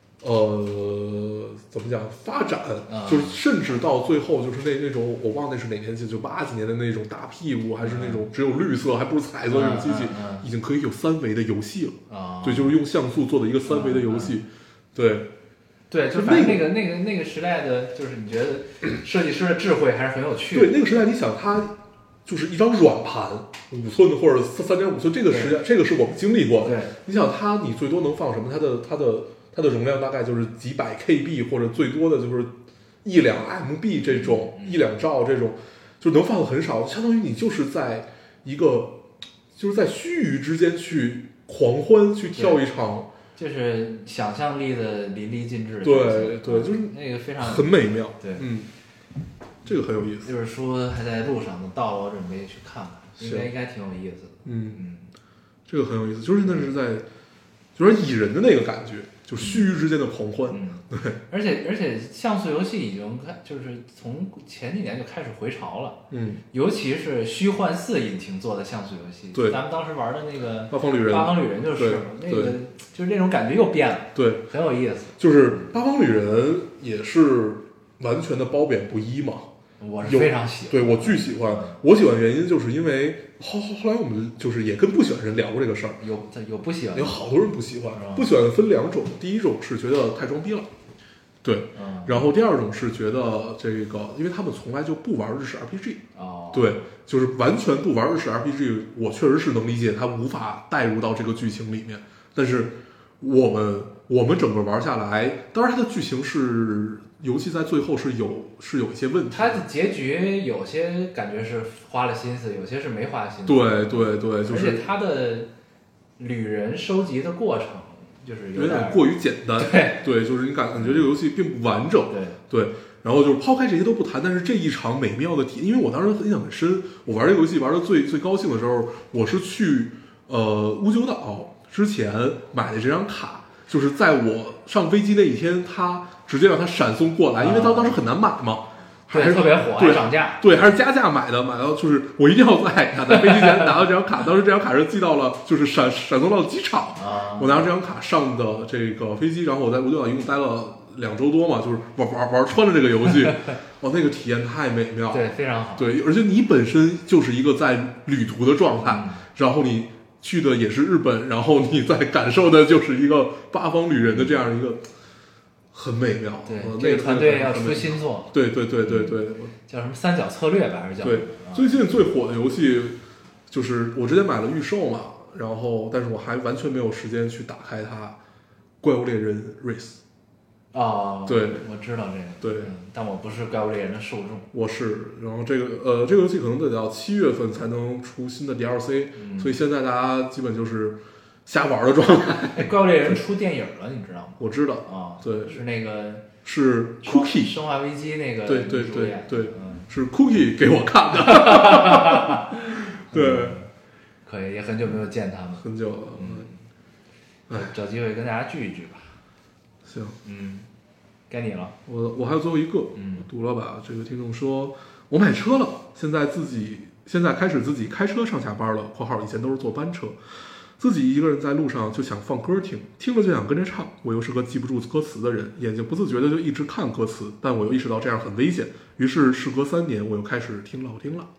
怎么讲发展，就是甚至到最后就是那种我忘了那是哪年就80几年的那种大屁股，还是那种只有绿色还不是彩色那种机器，已经可以有3维的游戏了。对，就是用像素做的一个3维的游戏。对， 就反正那个时代的，就是你觉得设计师的智慧还是很有趣的。 对，那个时代你想它就是一张软盘，5寸的或者3.5寸，这个时代这个是我们经历过的。 对， 你想它你最多能放什么？它的容量大概就是几百 KB， 或者最多的就是1-2 MB 这种1-2兆这种，就能放的很少，相当于你就是在一个就是在须臾之间去狂欢，去跳一场， 就是想象力的淋漓尽致。 对，就是那个非常很美妙。 对， 这个很有意思。 这本书还在路上，等到了我准备去看看，应该挺有意思的。 这个很有意思，就是那是在就是蚁人的那个感觉。就须臾之间的狂欢，对， 而且像素游戏已经就是从前几年就开始回潮了，尤其是虚幻4引擎做的像素游戏， 对， 咱们当时玩的那个八方旅人就是那个就是那种感觉又变了， 对， 很有意思。 就是八方旅人也是完全的褒贬不一嘛， 我是非常喜欢， 对我巨喜欢，我喜欢的原因就是因为后来我们就是也跟不喜欢人聊过这个事儿， 有不喜欢， 有好多人不喜欢，不喜欢的分2种，第一种是觉得太装逼了，对，然后第二种是觉得这个，因为他们从来就不玩日式 RPG，对，就是完全不玩日式 RPG， 我确实是能理解他无法带入到这个剧情里面，但是我们整个玩下来，当然它的剧情是。游戏在最后是有一些问题， 它的结局有些感觉是花了心思，有些是没花心思。 对，就是而且它的旅人收集的过程就是有点过于简单。对，就是你感觉这个游戏并不完整。对，然后就是抛开这些都不谈，但是这一场美妙的体验，因为我当时印象很深，我玩这个游戏玩的最高兴的时候，我是去乌九岛之前买的这张卡。就是在我上飞机那一天，他直接让他闪送过来，因为当时很难买嘛， 对，特别火，还涨价， 对，还是加价买到就是我一定要在赶在飞机前拿到这张卡，当时这张卡是寄到了，就是闪送到机场，我拿着这张卡上的这个飞机，然后我在乌九岛一共待了2周多嘛，就是玩穿了这个游戏，那个体验太美妙， 对，非常好， 对，而且你本身就是一个在旅途的状态，然后你。去的也是日本，然后你在感受的就是一个八方旅人的这样一个很美妙。 对，这个团队要出新作。 对， 叫什么三角策略吧，还是叫？ 对，最近最火的游戏就是我之前买了预售嘛，然后但是我还完全没有时间去打开它，《怪物猎人 Race》。对， 我知道这个。 对， 但我不是怪物猎人的受众。 我是，然后这个这个游戏可能得到7月份才能出新的 DLC，所以现在大家基本就是瞎玩的状态。 怪物猎人出电影了，你知道吗？ 我知道对， 是那个是 Cookie 生化危机那个对，是 Cookie 给我看的。对， 可以，也很久没有见他们， 很久了。 找机会跟大家聚一聚吧。 行， 该你了。 我还有最后一个，读了吧。这个听众说，我买车了，现在开始自己开车上下班了。（括号以前都是坐班车，自己一个人在路上就想放歌听，听了就想跟着唱。我又是个记不住歌词的人，眼睛不自觉的就一直看歌词，但我又意识到这样很危险，于是时隔3年，我又开始听老丁了。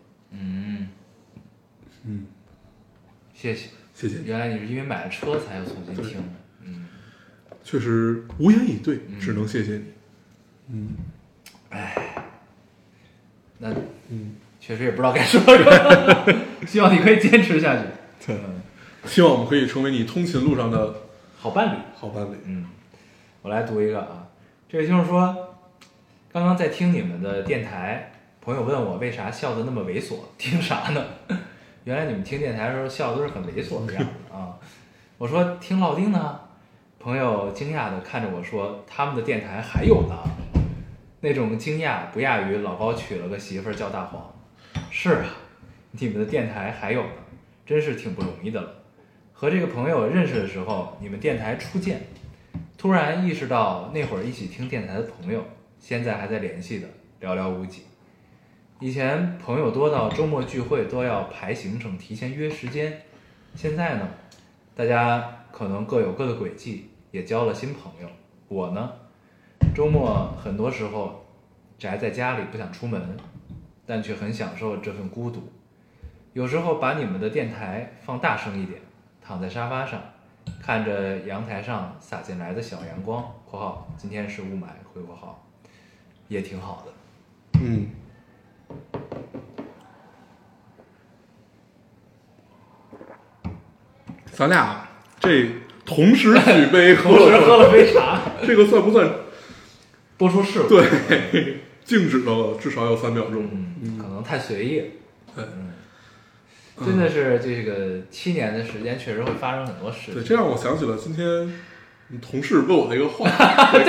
谢谢。原来你是因为买了车才又重新听的。 确实无言以对，只能谢谢你。 那确实也不知道该说什么。希望你可以坚持下去。 对，希望我们可以成为你通勤路上的好伴侣。我来读一个啊，这位听众说，刚刚在听你们的电台，朋友问我为啥笑得那么猥琐，听啥呢？原来你们听电台的时候笑都是很猥琐的样子啊。我说听老丁呢。朋友惊讶地看着我说：“他们的电台还有呢。”那种惊讶不亚于老高娶了个媳妇儿叫大黄。是啊， 你们的电台还有呢，真是挺不容易的了。和这个朋友认识的时候，你们电台初见，突然意识到那会儿一起听电台的朋友，现在还在联系的寥寥无几。以前朋友多到周末聚会都要排行程，提前约时间。现在呢，大家可能各有各的轨迹，也交了新朋友。我呢，周末很多时候宅在家里不想出门，但却很享受这份孤独。有时候把你们的电台放大声一点，躺在沙发上，看着阳台上洒进来的小阳光（括号今天是雾霾）回括号，也挺好的。 咱俩这同时举杯同时喝了杯茶， 这个算不算播出事故？ 对，静止了至少要3秒钟。 可能太随意了。 对， 真的是这个7年的时间，确实会发生很多事情。 对，这让我想起了今天同事问我那个话。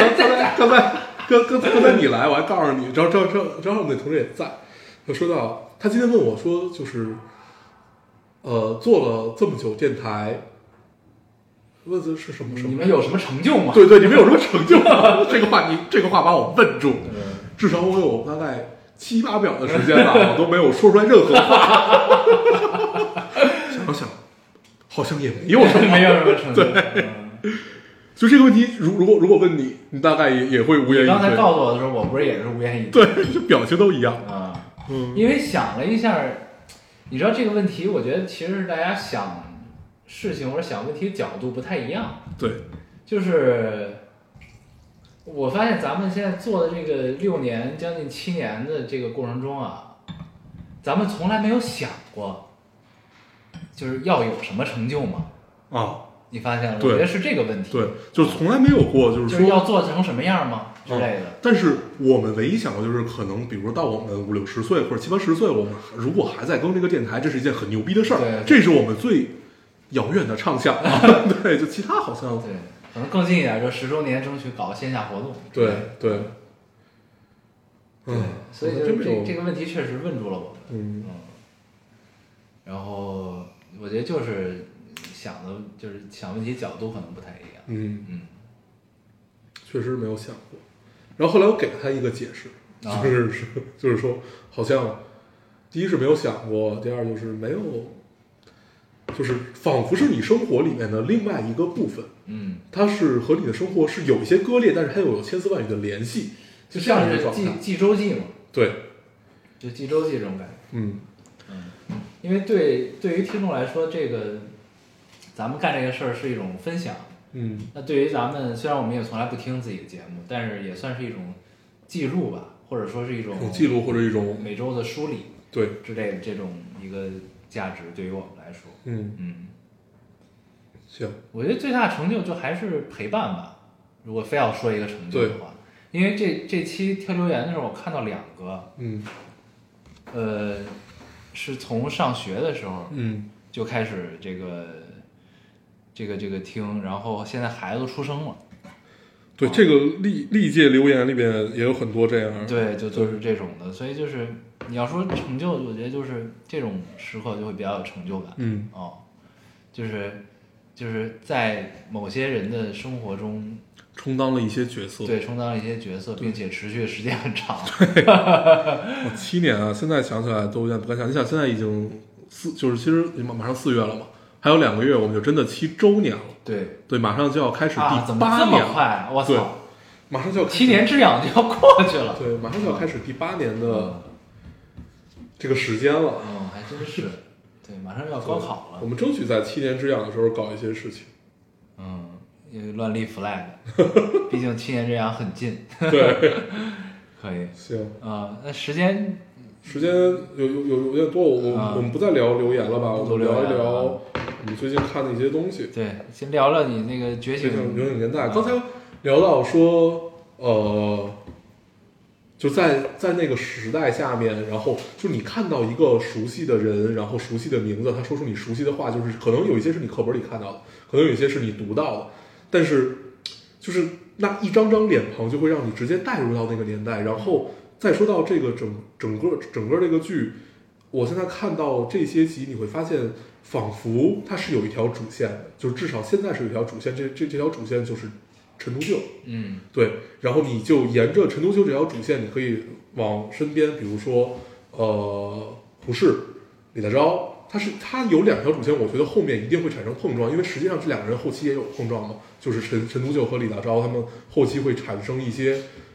刚才你来，我还告诉你，正好我那同事也在。他说到，他今天问我说，就是做了这么久电台，问的是什么？ 你们有什么成就吗？ 对，你们有什么成就吗？这个话把我问住，至少我有大概7、8秒的时间吧，我都没有说出来任何话。想想，好像也没有什么， 没有什么成就。 对，就这个问题，如果问你，你大概也会无言以对。 你刚才告诉我的时候，我不是也是无言以对？对，就表情都一样啊。因为想了一下，你知道这个问题，我觉得其实大家想事情或者想问题的角度不太一样。 对， 就是我发现咱们现在做的这个6年将近7年的这个过程中啊，咱们从来没有想过，就是要有什么成就吗？ 啊， 你发现了？我觉得是这个问题。 对，就是从来没有过，就是说要做成什么样吗之类的。 但是我们唯一想过，就是可能，比如到我们50、60岁或者70、80岁，我们如果还在更这个电台，这是一件很牛逼的事儿。这是我们最遥远的畅想啊。对，就其他好像对，可能更近一点，就10周年争取搞线下活动。 对。 所以就是这个问题确实问住了我们。然后我觉得就是想问题角度可能不太一样。 确实没有想过。然后后来我给了他一个解释，就是说，好像第一是没有想过，第二就是没有，就是仿佛是你生活里面的另外一个部分。它是和你的生活是有一些割裂，但是它又有千丝万缕的联系， 就像是记周记嘛。对，就记周记这种感觉。因为对于听众来说，这个咱们干这个事儿是一种分享。那对于咱们，虽然我们也从来不听自己的节目，但是也算是一种记录吧，或者说是一种记录，或者一种每周的梳理， 对之类的这种一个价值，对于我们来说， 行， 我觉得最大成就就还是陪伴吧。如果非要说一个成就的话，因为这期挑留言的时候，我看到2个，是从上学的时候，就开始这个听，然后现在孩子都出生了。 对，这个历届留言里边也有很多这样。 对，就是这种的，所以就是你要说成就，我觉得就是这种时刻就会比较有成就感。就是在某些人的生活中充当了一些角色。 对，充当了一些角色，并且持续的时间很长。 7年啊，现在想起来都有点不敢想。你想，现在已经就是其实马上4月了嘛。还有2个月，我们就真的7周年了。对，马上就要开始第8年。 怎么这么快？我操！ 马上就要 7年之痒就要过去了。 对，马上就要开始第8年的这个时间了。 还真是。对，马上要高考了。 我们争取在7年之痒的时候搞一些事情。 乱立 flag， 毕竟7年之痒很近。 对， 可以。 行那时间有点多，我们不再聊留言了吧？我们聊一聊我们最近看的一些东西。 对，先聊聊你那个觉醒年代。刚才聊到说，就在那个时代下面，然后就你看到一个熟悉的人，然后熟悉的名字，他说出你熟悉的话，就是可能有一些是你课本里看到的，可能有一些是你读到的，但是就是那一张张脸庞就会让你直接带入到那个年代。然后再说到这个整个这个剧， 我现在看到这些集，你会发现，仿佛它是有一条主线的，就是至少现在是有一条主线，这条主线就是陈独秀，对，然后你就沿着陈独秀这条主线，你可以往身边，比如说胡适、李大钊。它有2条主线，我觉得后面一定会产生碰撞，因为实际上这2个人后期也有碰撞嘛，就是陈独秀和李大钊他们后期会产生一些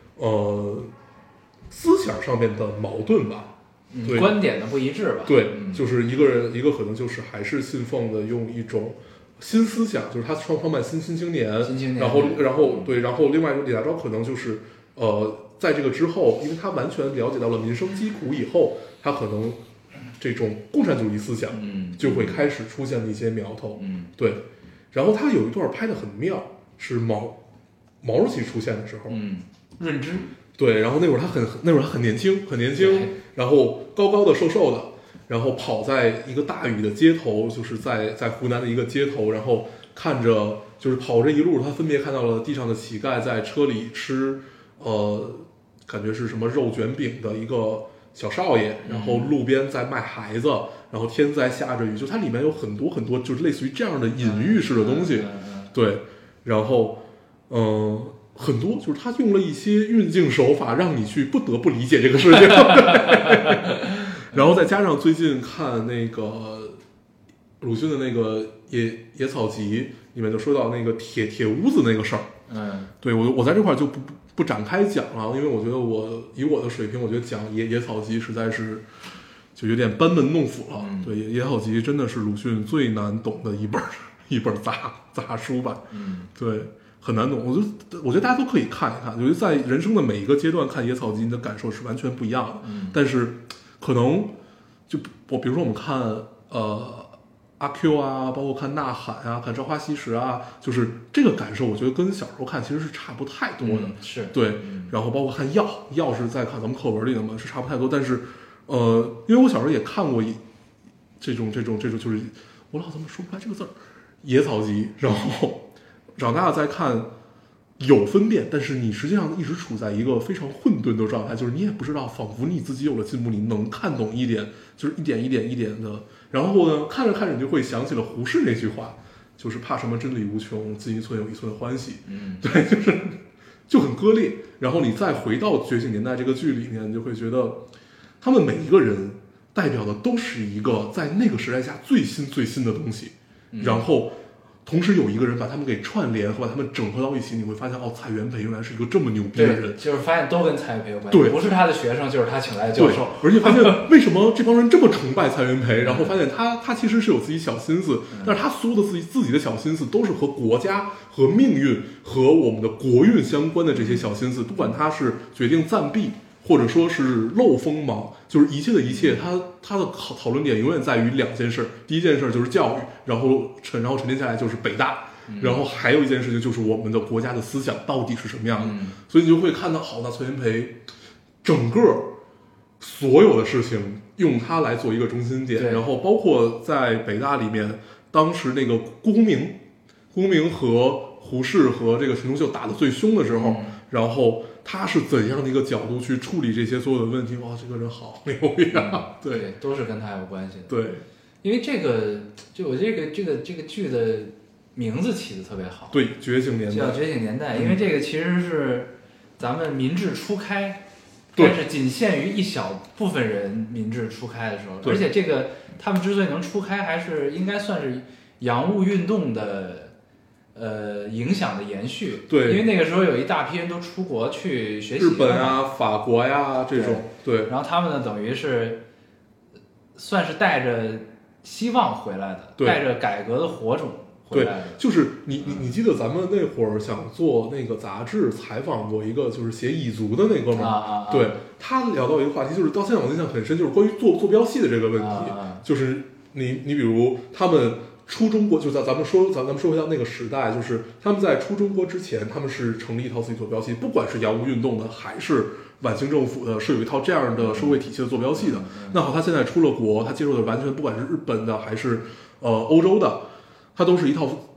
思想上面的矛盾吧，对， 观点的不一致吧， 对，就是一个可能就是还是信奉的用一种新思想，就是他创办新青年，然后对，然后另外李大钊可能就是在这个之后，因为他完全了解到了民生疾苦以后，他可能这种共产主义思想就会开始出现的一些苗头，对。然后他有一段拍的很妙，是毛主席出现的时候， 认知， 对。然后那会儿他很年轻，然后高高的、瘦瘦的，然后跑在一个大雨的街头，就是在湖南的一个街头，然后看着就是跑这一路，他分别看到了地上的乞丐在车里吃感觉是什么肉卷饼的一个小少爷，然后路边在卖孩子，然后天在下着雨，就它里面有很多很多就是类似于这样的隐喻式的东西，对，然后很多就是他用了一些运镜手法，让你去不得不理解这个事情，然后再加上最近看那个鲁迅的那个野草集里面就说到那个铁屋子那个事儿，对，我在这块就不展开讲了，因为我觉得以我的水平，我觉得讲野草集实在是就有点班门弄斧了。对，野草集真的是鲁迅最难懂的一本杂书吧。对，很难懂。我觉得大家都可以看一看，我觉得在人生的每一个阶段看野草集，你的感受是完全不一样的。但是可能就比如说我们看阿 Q 啊，包括看呐喊啊，看朝花夕拾啊，就是这个感受，我觉得跟小时候看其实是差不太多的。 是对，然后包括看药是在看咱们课文里的嘛，是差不太多。但是因为我小时候也看过这种，就是我老怎么说不出来这个字儿，野草集，然后长大再看。有分辨，但是你实际上一直处在一个非常混沌的状态，就是你也不知道，仿佛你自己有了进步，你能看懂一点，就是一点的。然后呢，看着看着你就会想起了胡适那句话，就是怕什么真理无穷，进一寸有一寸欢喜。对，就很割裂。然后你再回到《觉醒年代》这个剧里面，你就会觉得他们每一个人代表的都是一个在那个时代下最新的东西，然后。同时有一个人把他们给串联和把他们整合到一起，你会发现蔡元培原来是一个这么牛逼的人， 就是发现都跟蔡元培有关系，对，不是他的学生就是他请来的教授， 而且发现为什么这帮人这么崇拜蔡元培，然后发现他其实是有自己小心思，但是他所有的自己的小心思都是和国家和命运和我们的国运相关的这些小心思，不管他是决定暂避。或者说是漏锋芒，就是一切的一切，他的讨论点永远在于2件事。第一件事就是教育，然后沉淀下来就是北大，然后还有一件事情就是我们的国家的思想到底是什么样的。所以你就会看到，那蔡元培整个所有的事情用他来做一个中心点，然后包括在北大里面，当时那个辜鸿铭和胡适和这个陈独秀打得最凶的时候，然后。他是怎样的一个角度去处理这些所有的问题？哇，这个人好牛逼啊！对， 都是跟他有关系的。 对， 因为这个剧的名字起的特别好。 对，觉醒年代叫觉醒年代，因为这个其实是咱们民智初开，但是仅限于一小部分人民智初开的时候，而且这个他们之所以能初开，还是应该算是洋务运动的。影响的延续， 对， 因为那个时候有一大批人都出国去学习， 日本啊、法国呀这种，对， 然后他们呢，等于是算是带着希望回来的，带着改革的火种回来的。 就是你记得咱们那会儿想做那个杂志，采访过一个就是写蚁族的那哥们儿，对，他聊到一个话题，就是到现在我印象很深，就是关于坐标系的这个问题，就是你比如他们。出中国，就咱们说回到那个时代，就是他们在出中国之前，他们是成立一套自己坐标系，不管是洋务运动的还是晚清政府的，是有一套这样的社会体系的坐标系的。那好，他现在出了国，他接受的完全不管是日本的还是欧洲的，他都是一套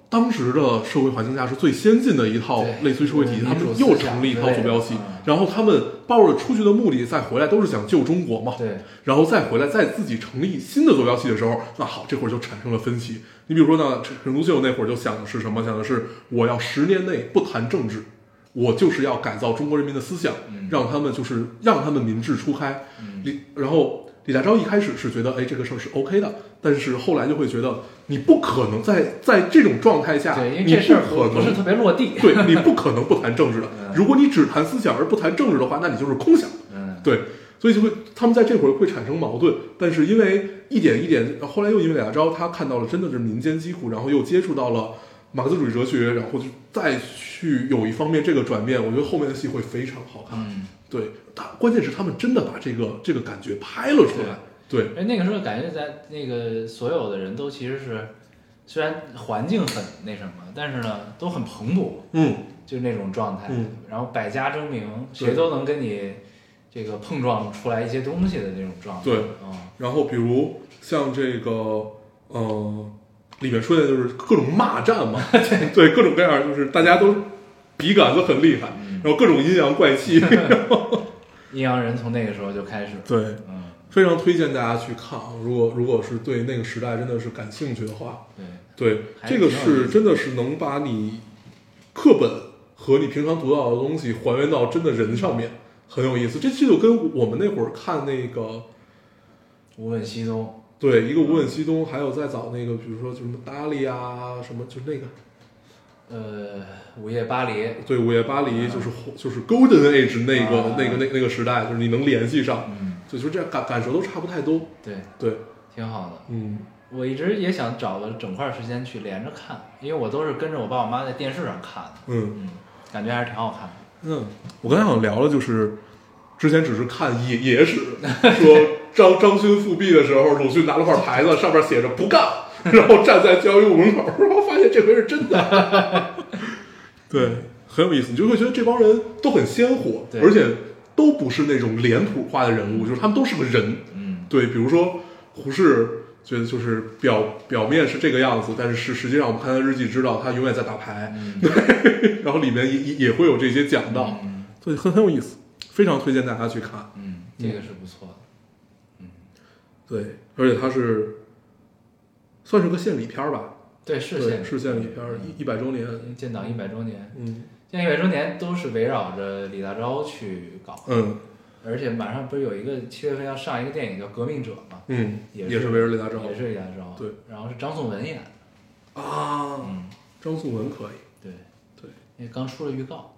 当时的社会环境下是最先进的一套类似于社会体系，他们又成立一套坐标系，然后他们抱着出去的目的再回来都是想救中国嘛， 对， 然后再回来再自己成立新的坐标系的时候，那好，这会儿就产生了分歧。你比如说呢，陈独秀那会儿就想的是什么？想的是我要10年内不谈政治，我就是要改造中国人民的思想，让他们民智初开。然后李大钊一开始是觉得，哎，这个事儿是 OK 的，但是后来就会觉得，你不可能在这种状态下， 对，因为这事儿不是特别落地， 对，你不可能不谈政治的。如果你只谈思想而不谈政治的话，那你就是空想。对，所以他们在这会儿会产生矛盾。但是因为一点一点，后来又因为李大钊他看到了真的是民间疾苦，然后又接触到了马克思主义哲学，然后就再去有一方面这个转变，我觉得后面的戏会非常好看。对，关键是他们真的把这个感觉拍了出来。对， 那个时候感觉在那个所有的人都其实是，虽然环境很那什么，但是呢都很蓬勃，就是那种状态，然后百家争鸣，谁都能跟你这个碰撞出来一些东西的那种状态。 对，然后比如像这个里面说的就是各种骂战嘛，对，各种各样，就是大家都笔杆子很厉害，然后各种阴阳怪气， 阴阳人从那个时候就开始， 对，非常推荐大家去看啊！如果是对那个时代真的是感兴趣的话，对，这个是真的是能把你课本和你平常读到的东西还原到真的人上面，很有意思。这就跟我们那会儿看那个无问西东， 对，一个无问西东，还有再早那个，比如说就什么达利啊，什么就那个。 午夜巴黎， 对，午夜巴黎就是 Golden Age 那个时代，就是你能联系上，就是这样感受都差不太多。对， 挺好的。我一直也想找个整块时间去连着看，因为我都是跟着我爸我妈在电视上看的。感觉还是挺好看的。 我刚才想聊的就是之前只是看野史，说张勋复辟的时候，鲁迅拿了块牌子，上面写着不干。然后站在教育部门口，然后发现这回是真的，对，很有意思。你就会觉得这帮人都很鲜活，而且都不是那种脸谱化的人物，就是他们都是个人。对，比如说胡适，觉得就是表面是这个样子，但是实际上我们看他日记知道他永远在打牌。对，然后里面也会有这些讲到，所以很有意思，非常推荐大家去看。 这个是不错的。 对，而且他是。算是个献礼片吧， 对，是献礼片，100周年， 建党100周年，建100周年都是围绕着李大钊去搞，而且马上不是有一个7月份要上一个电影叫《革命者》嘛，也是围着李大钊， 也是李大钊，对，然后是张颂文演的， 张颂文可以， 对，因为刚出了预告，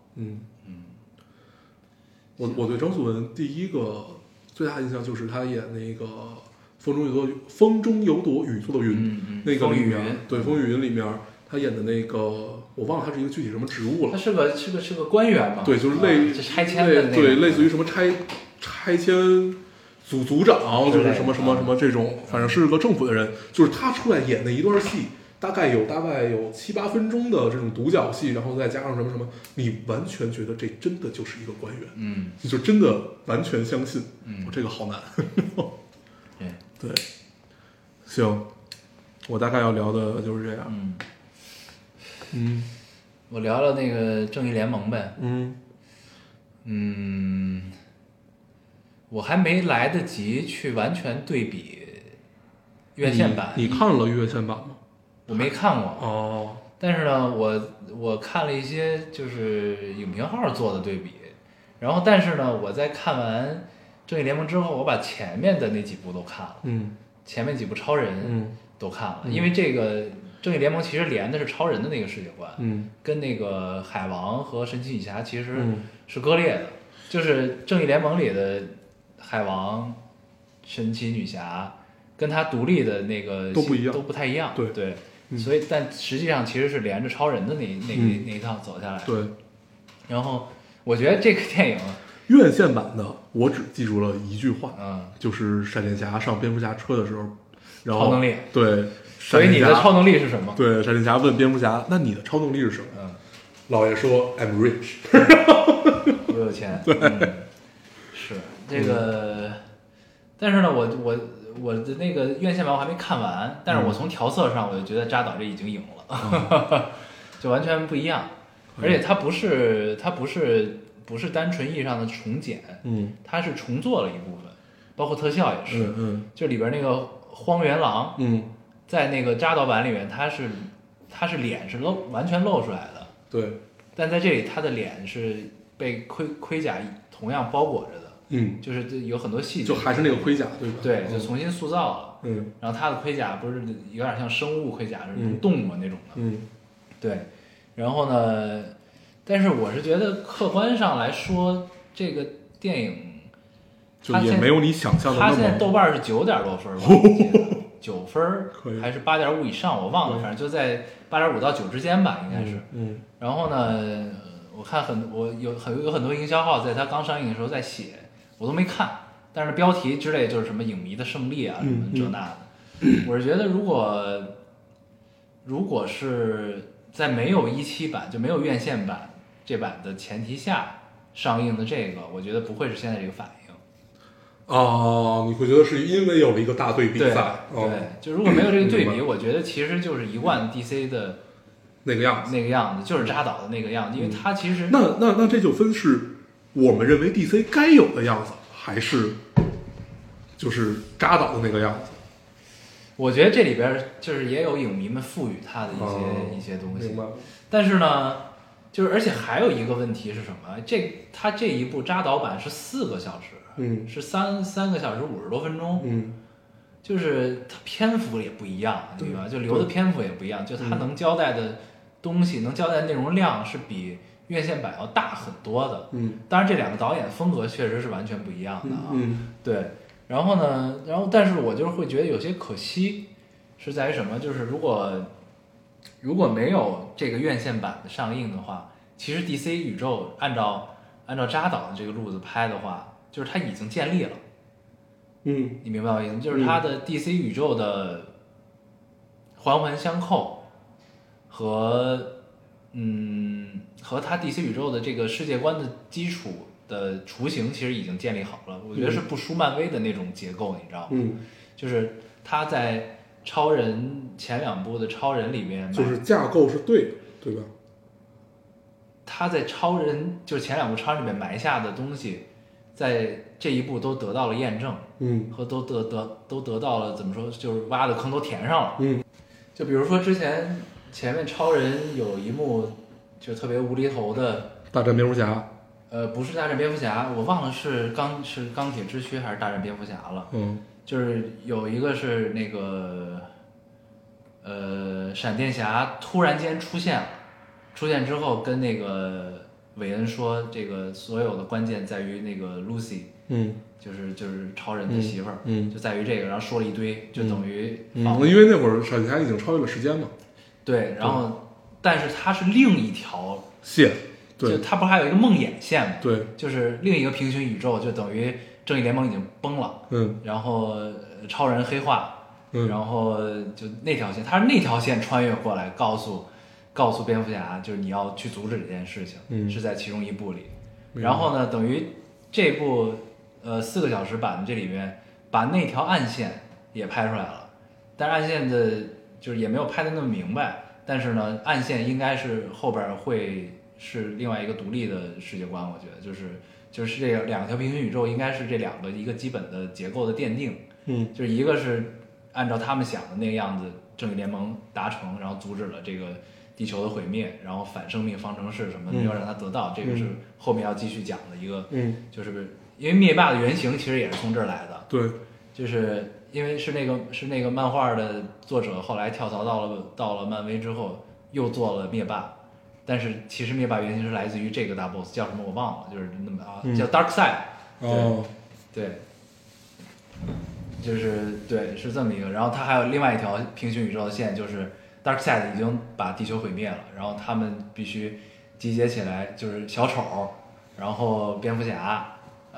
我对张颂文第一个最大印象就是他演那个。风中有朵雨做的云，那个里面，对，风雨云里面他演的那个，我忘了他是一个具体什么职务了。 他是个官员嘛？ 对，就是拆迁的那个， 对，类似于什么拆迁组长，就是什么这种，反正是个政府的人。就是他出来演的一段戏，大概有7、8分钟的这种独角戏，然后再加上什么，你完全觉得这真的就是一个官员，你就真的完全相信，这个好难。对，行，我大概要聊的就是这样。 我聊聊那个正义联盟呗。我还没来得及去完全对比院线版。 你看了院线版吗？ 我没看过。但是呢，我看了一些就是影评号做的对比，然后但是呢，我在看完正义联盟之后，我把前面的那几部都看了，前面几部超人都看了，因为这个正义联盟其实连的是超人的那个世界观，跟那个海王和神奇女侠其实是割裂的，就是正义联盟里的海王、神奇女侠跟他独立的那个都不一样， 都不太一样， 对， 所以但实际上其实是连着超人的那一套走下来， 对， 然后我觉得这个电影。 院线版的我只记住了一句话，就是闪电侠上蝙蝠侠车的时候，然后超能力， 对， 所以你的超能力是什么？ 对，闪电侠问蝙蝠侠：“那你的超能力是什么？”老爷说 ：“I'm rich， 我有钱。”对，是这个，但是呢， 我的那个院线版我还没看完，但是我从调色上我就觉得扎导这已经赢了，就完全不一样，而且它不是单纯意义上的重剪，它是重做了一部分，包括特效也是，就里边那个荒原狼，在那个扎导版里面他是脸是完全露出来的， 对， 但在这里他的脸是被盔甲同样包裹着的，就是有很多细节， 就还是那个盔甲，对吧？ 对，就重新塑造了，然后他的盔甲不是有点像生物盔甲，是能动的那种的，对，然后呢，但是我是觉得客观上来说，这个电影就也没有你想象的那么， 他现在豆瓣是9点多分吧，我记得9分还是8.5以上，我忘了，反正就在8.5到9之间吧，应该是。然后呢，我看我有很多营销号在他刚上映的时候在写，我都没看，但是标题之类就是什么影迷的胜利啊，什么这那的。我是觉得如果是在没有17版就没有院线版这版的前提下上映的这个，我觉得不会是现在这个反应。 你会觉得是因为有了一个大对比赛， 对，就如果没有这个对比，我觉得其实就是一贯 DC 的那个样子，就是扎导的那个样子，因为他其实那这就分是我们认为 DC 该有的样子，还是就是扎导的那个样子。 我觉得这里边就是也有影迷们赋予他的一些东西，但是呢，就是而且还有一个问题是什么？他这一部扎导版是4个小时。是3个小时50多分钟，就是它篇幅也不一样，对吧？就留的篇幅也不一样，就它能交代的东西，能交代的内容量是比院线版要大很多的。当然这两个导演风格确实是完全不一样的啊。对。然后呢，但是我就是会觉得有些可惜，是在于什么？就是如果没有这个院线版的上映的话，其实 DC 宇宙按照扎导的这个路子拍的话。就是它已经建立了，你明白我意思吗？就是它的 DC 宇宙的环环相扣和它 DC 宇宙的这个世界观的基础的雏形其实已经建立好了。我觉得是不输漫威的那种结构，你知道吗？就是它在超人前2部的超人里面， 就是架构是对的，对吧？ 他在超人就是前2部超人里面埋下的东西。在这一步都得到了验证，和都得到了怎么说，就是挖的坑都填上了，就比如说前面超人有一幕就特别无厘头的大战蝙蝠侠， 不是大战蝙蝠侠，我忘了是钢铁之躯还是大战蝙蝠侠了，就是有一个是那个闪电侠突然间出现之后跟那个。韦恩说：“这个所有的关键在于那个 Lucy，就是超人的媳妇儿，就在于这个，然后说了一堆，就等于因为那会儿闪电侠已经超越了时间嘛， 对，然后但是它是另一条线，对， 就它不是还有一个梦魇线吗？ 对， 就是另一个平行宇宙，就等于正义联盟已经崩了，然后超人黑化，然后就那条线，它是那条线穿越过来告诉蝙蝠侠，就是你要去阻止这件事情，是在其中一部里。然后呢，等于这部4个小时版这里面把那条暗线也拍出来了，但是暗线的就是也没有拍的那么明白。但是呢，暗线应该是后边会是另外一个独立的世界观，我觉得就是这2条平行宇宙应该是这2个一个基本的结构的奠定。就是一个是按照他们想的那个样子，正义联盟达成，然后阻止了这个。地球的毁灭，然后反生命方程式什么的，要让它得到，这个是后面要继续讲的一个，就是因为灭霸的原型其实也是从这儿来的， 对， 就是因为是那个漫画的作者后来跳槽到了漫威之后，又做了灭霸，但是其实灭霸原型是来自于这个大 boss 叫什么我忘了，就是那么叫 Darkseid，对，就是对是这么一个，然后它还有另外一条平行宇宙的线就是。Darkseid 已经把地球毁灭了，然后他们必须集结起来，就是小丑，然后蝙蝠侠，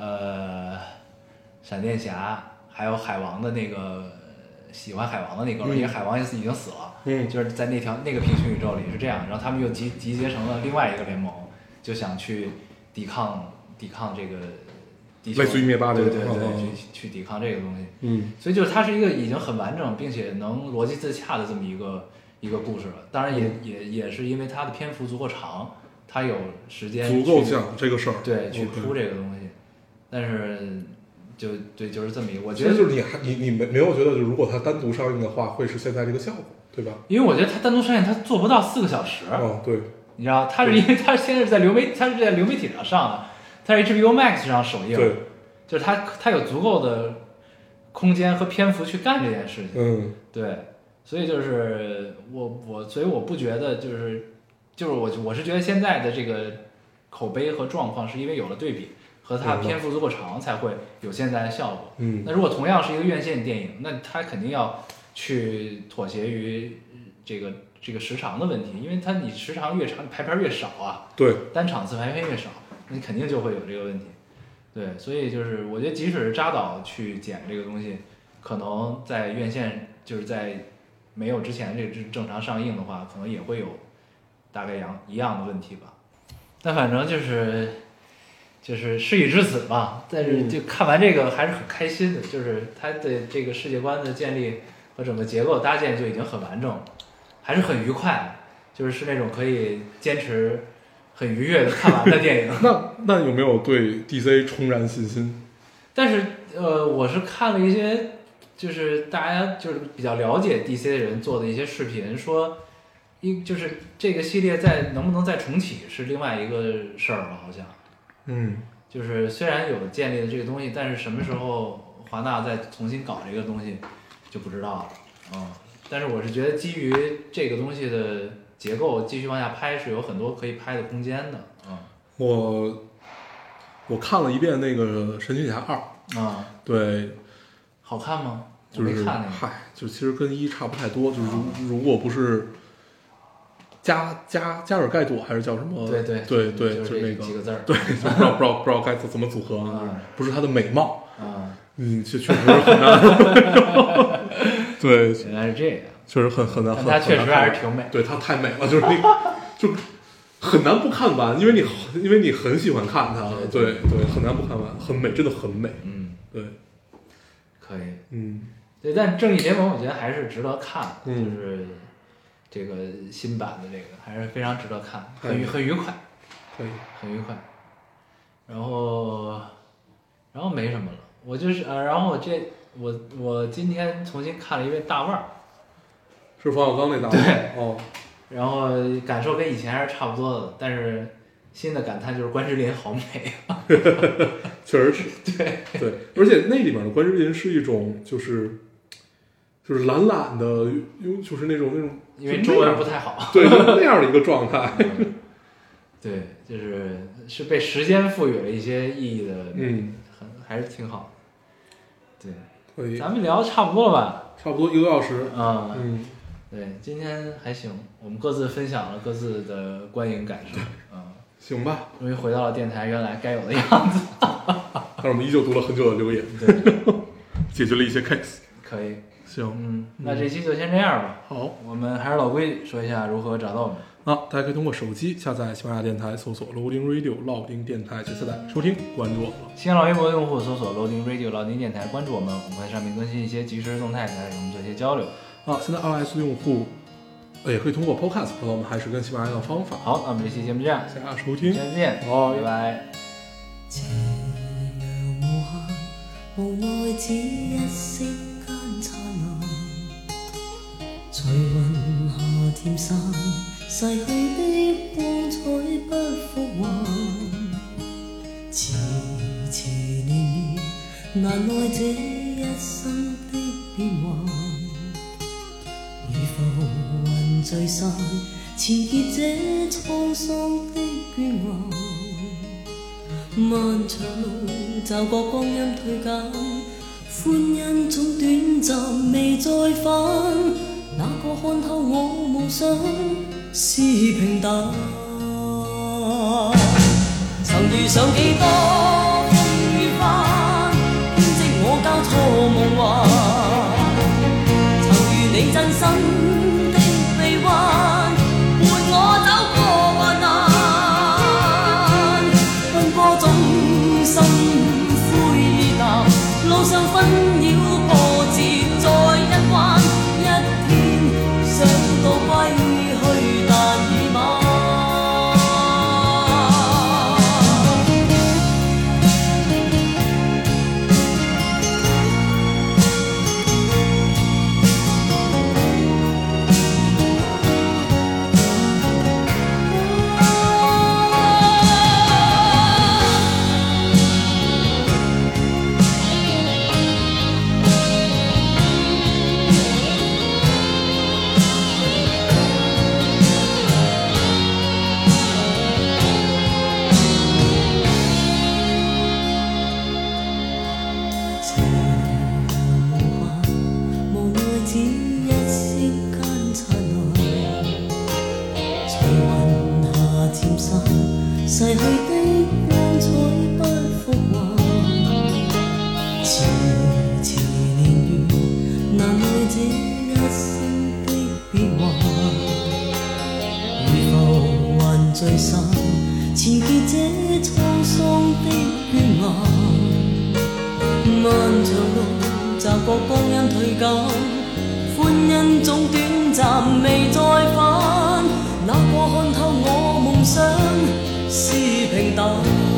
闪电侠，还有海王的那个喜欢海王的那个，因为海王已经死了，就是在那个平行宇宙里是这样，然后他们又集结成了另外一个联盟，就想去抵抗这个地球， 类似于灭霸这对种， 去抵抗这个东西。 嗯， 所以就是它是一个已经很完整并且能逻辑自洽的这么一个故事了。当然也是因为它的篇幅足够长，它有时间足够讲这个事儿， 对，去铺这个东西。但是就是这么一个，我觉得就是你没有觉得，就如果它单独上映的话，会是现在这个效果，对吧？ 因为我觉得它单独上映，它做不到4个小时。 对， 你知道，它是因为它现在是在流媒体上上的，它是 HBO Max 上首映， 对， 就是它有足够的空间和篇幅去干这件事情。对，所以就是所以我不觉得就是我是觉得现在的这个口碑和状况是因为有了对比。和它篇幅足够长才会有现在的效果。那如果同样是一个院线电影，那它肯定要去妥协于这个时长的问题，因为你时长越长，排片越少啊。 对， 单场次排片越少，那你肯定就会有这个问题。对，所以就是我觉得即使是扎导去剪这个东西，可能在院线就是在没有之前这个正常上映的话，可能也会有大概一样的问题吧。但反正就是事已至此吧，但是就看完这个还是很开心的，就是它的这个世界观的建立和整个结构搭建就已经很完整了，还是很愉快，就是那种可以坚持很愉悦的看完的电影。 那有没有对 DC 重燃信心？ 但是我是看了一些就是大家就是比较了解 DC 的人做的一些视频，说就是这个系列能不能再重启是另外一个事儿了，好像。就是虽然有建立的这个东西，但是什么时候华纳再重新搞这个东西就不知道了。但是我是觉得基于这个东西的结构继续往下拍是有很多可以拍的空间的。 我看了一遍那个《神奇女侠2》对， 好看吗？ 就是我没看那个。 嗨，就其实跟1差不太多，就是如果不是加尔盖朵还是叫什么？ 对， 就是那个几个字儿。 对，就不知道该怎么组合不是她的美貌这确实很难。对， 原来是这样， 确实很难。 她确实还是挺美。 对，她太美了，就是就很难不看完，因为你很喜欢看她。对，很难不看完，很美，真的很美。对， 可以。对，但正义联盟我觉得还是值得看，就是这个新版的这个还是非常值得看，很愉快， 可以， 很愉快。然后没什么了，我就是然后我今天重新看了一遍大腕儿， 是冯小刚那大腕儿。 对，然后感受跟以前还是差不多的，但是新的感叹就是关之琳好美啊。 确实是。 对， 而且那里面的关之琳是一种就是懒懒的，就是那种因为中文不太好， 对，那样的一个状态。 对，是被时间赋予了一些意义的，还是挺好的。对， 可以。 咱们聊差不多了吧？ 差不多1个多小时。 对，今天还行，我们各自分享了各自的观影感受。 行吧。 终于回到了电台原来该有的样子。 但是我们依旧读了很久的留言， 对， 解决了一些 case。 可以。 行， 那这期就先这样吧。 好， 我们还是老规矩，说一下如何找到我们。 大家可以通过手机下载喜马拉雅电台，搜索 Loading Radio 老丁电台角色带收听关注我们。 新浪微博用户搜索 Loading Radio 老丁电台关注我们，我们会在上面更新一些即时动态，来与我们做一些交流。 现在 iOS 用户也可以通过 Podcast 找到我们，还是跟喜马拉雅的方法。 好，那我们这期节目这样， 大家收听， 下次见，拜拜。 斜陽無限，無奈只一息間燦爛，隨雲霞漸散，逝去的光彩不復還，遲遲年年，難耐這一生的變幻，如浮雲聚散，纏結這滄桑的倦顏。漫長路，驟覺光陰退減，歡欣總短暫，未再返。那個看透我夢想是平淡，曾遇上幾多風雨翻，編織我交錯夢幻。曾遇你真心的臂彎，伴我走過患難。奔波中心呼逝去的光彩不復還，遲遲年月，難耐這一生的變幻。如浮還聚散，纏結這滄桑的倦顏。漫長路，驟覺光陰退減，歡欣總短暫，未再返。那個看透我夢想是平淡，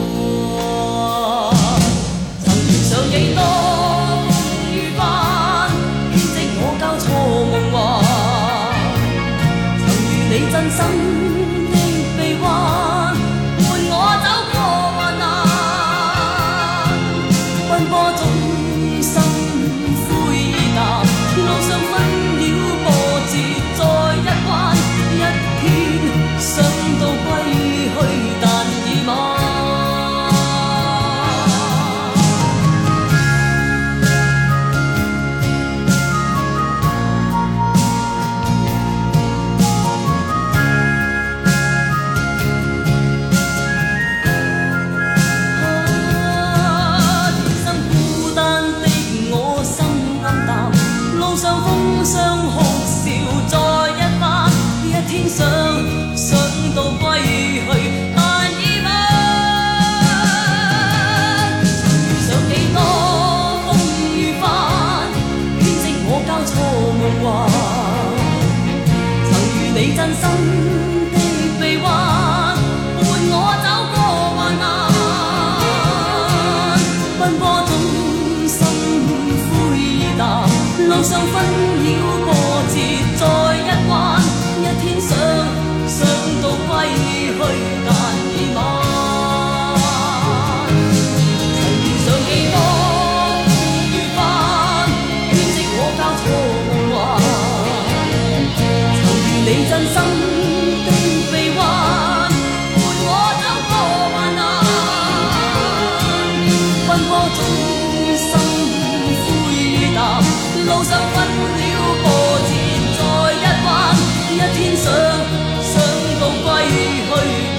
曾遇上幾多風雨翻，編織我交錯夢幻。曾與你真心的臂彎，伴我走過患難。奔波中心灰淡，路上分了波折，再一彎。一天想到歸去，但已晚。天生孤單的我心暗淡，路上風霜哭笑再一番。一天想到歸去，但已晚。曾遇上幾多風雨翻，編織我交錯夢幻。曾與你真心的臂彎，伴我走過患難。奔波中心灰淡，路上紛擾波折再一彎。一天想到歸去，但已晚。曾遇上幾多風雨翻，編織我交錯夢幻。曾與你真心的臂彎，伴我走過患難。奔波中心灰淡，路上紛擾波折再一彎。一天想到歸去。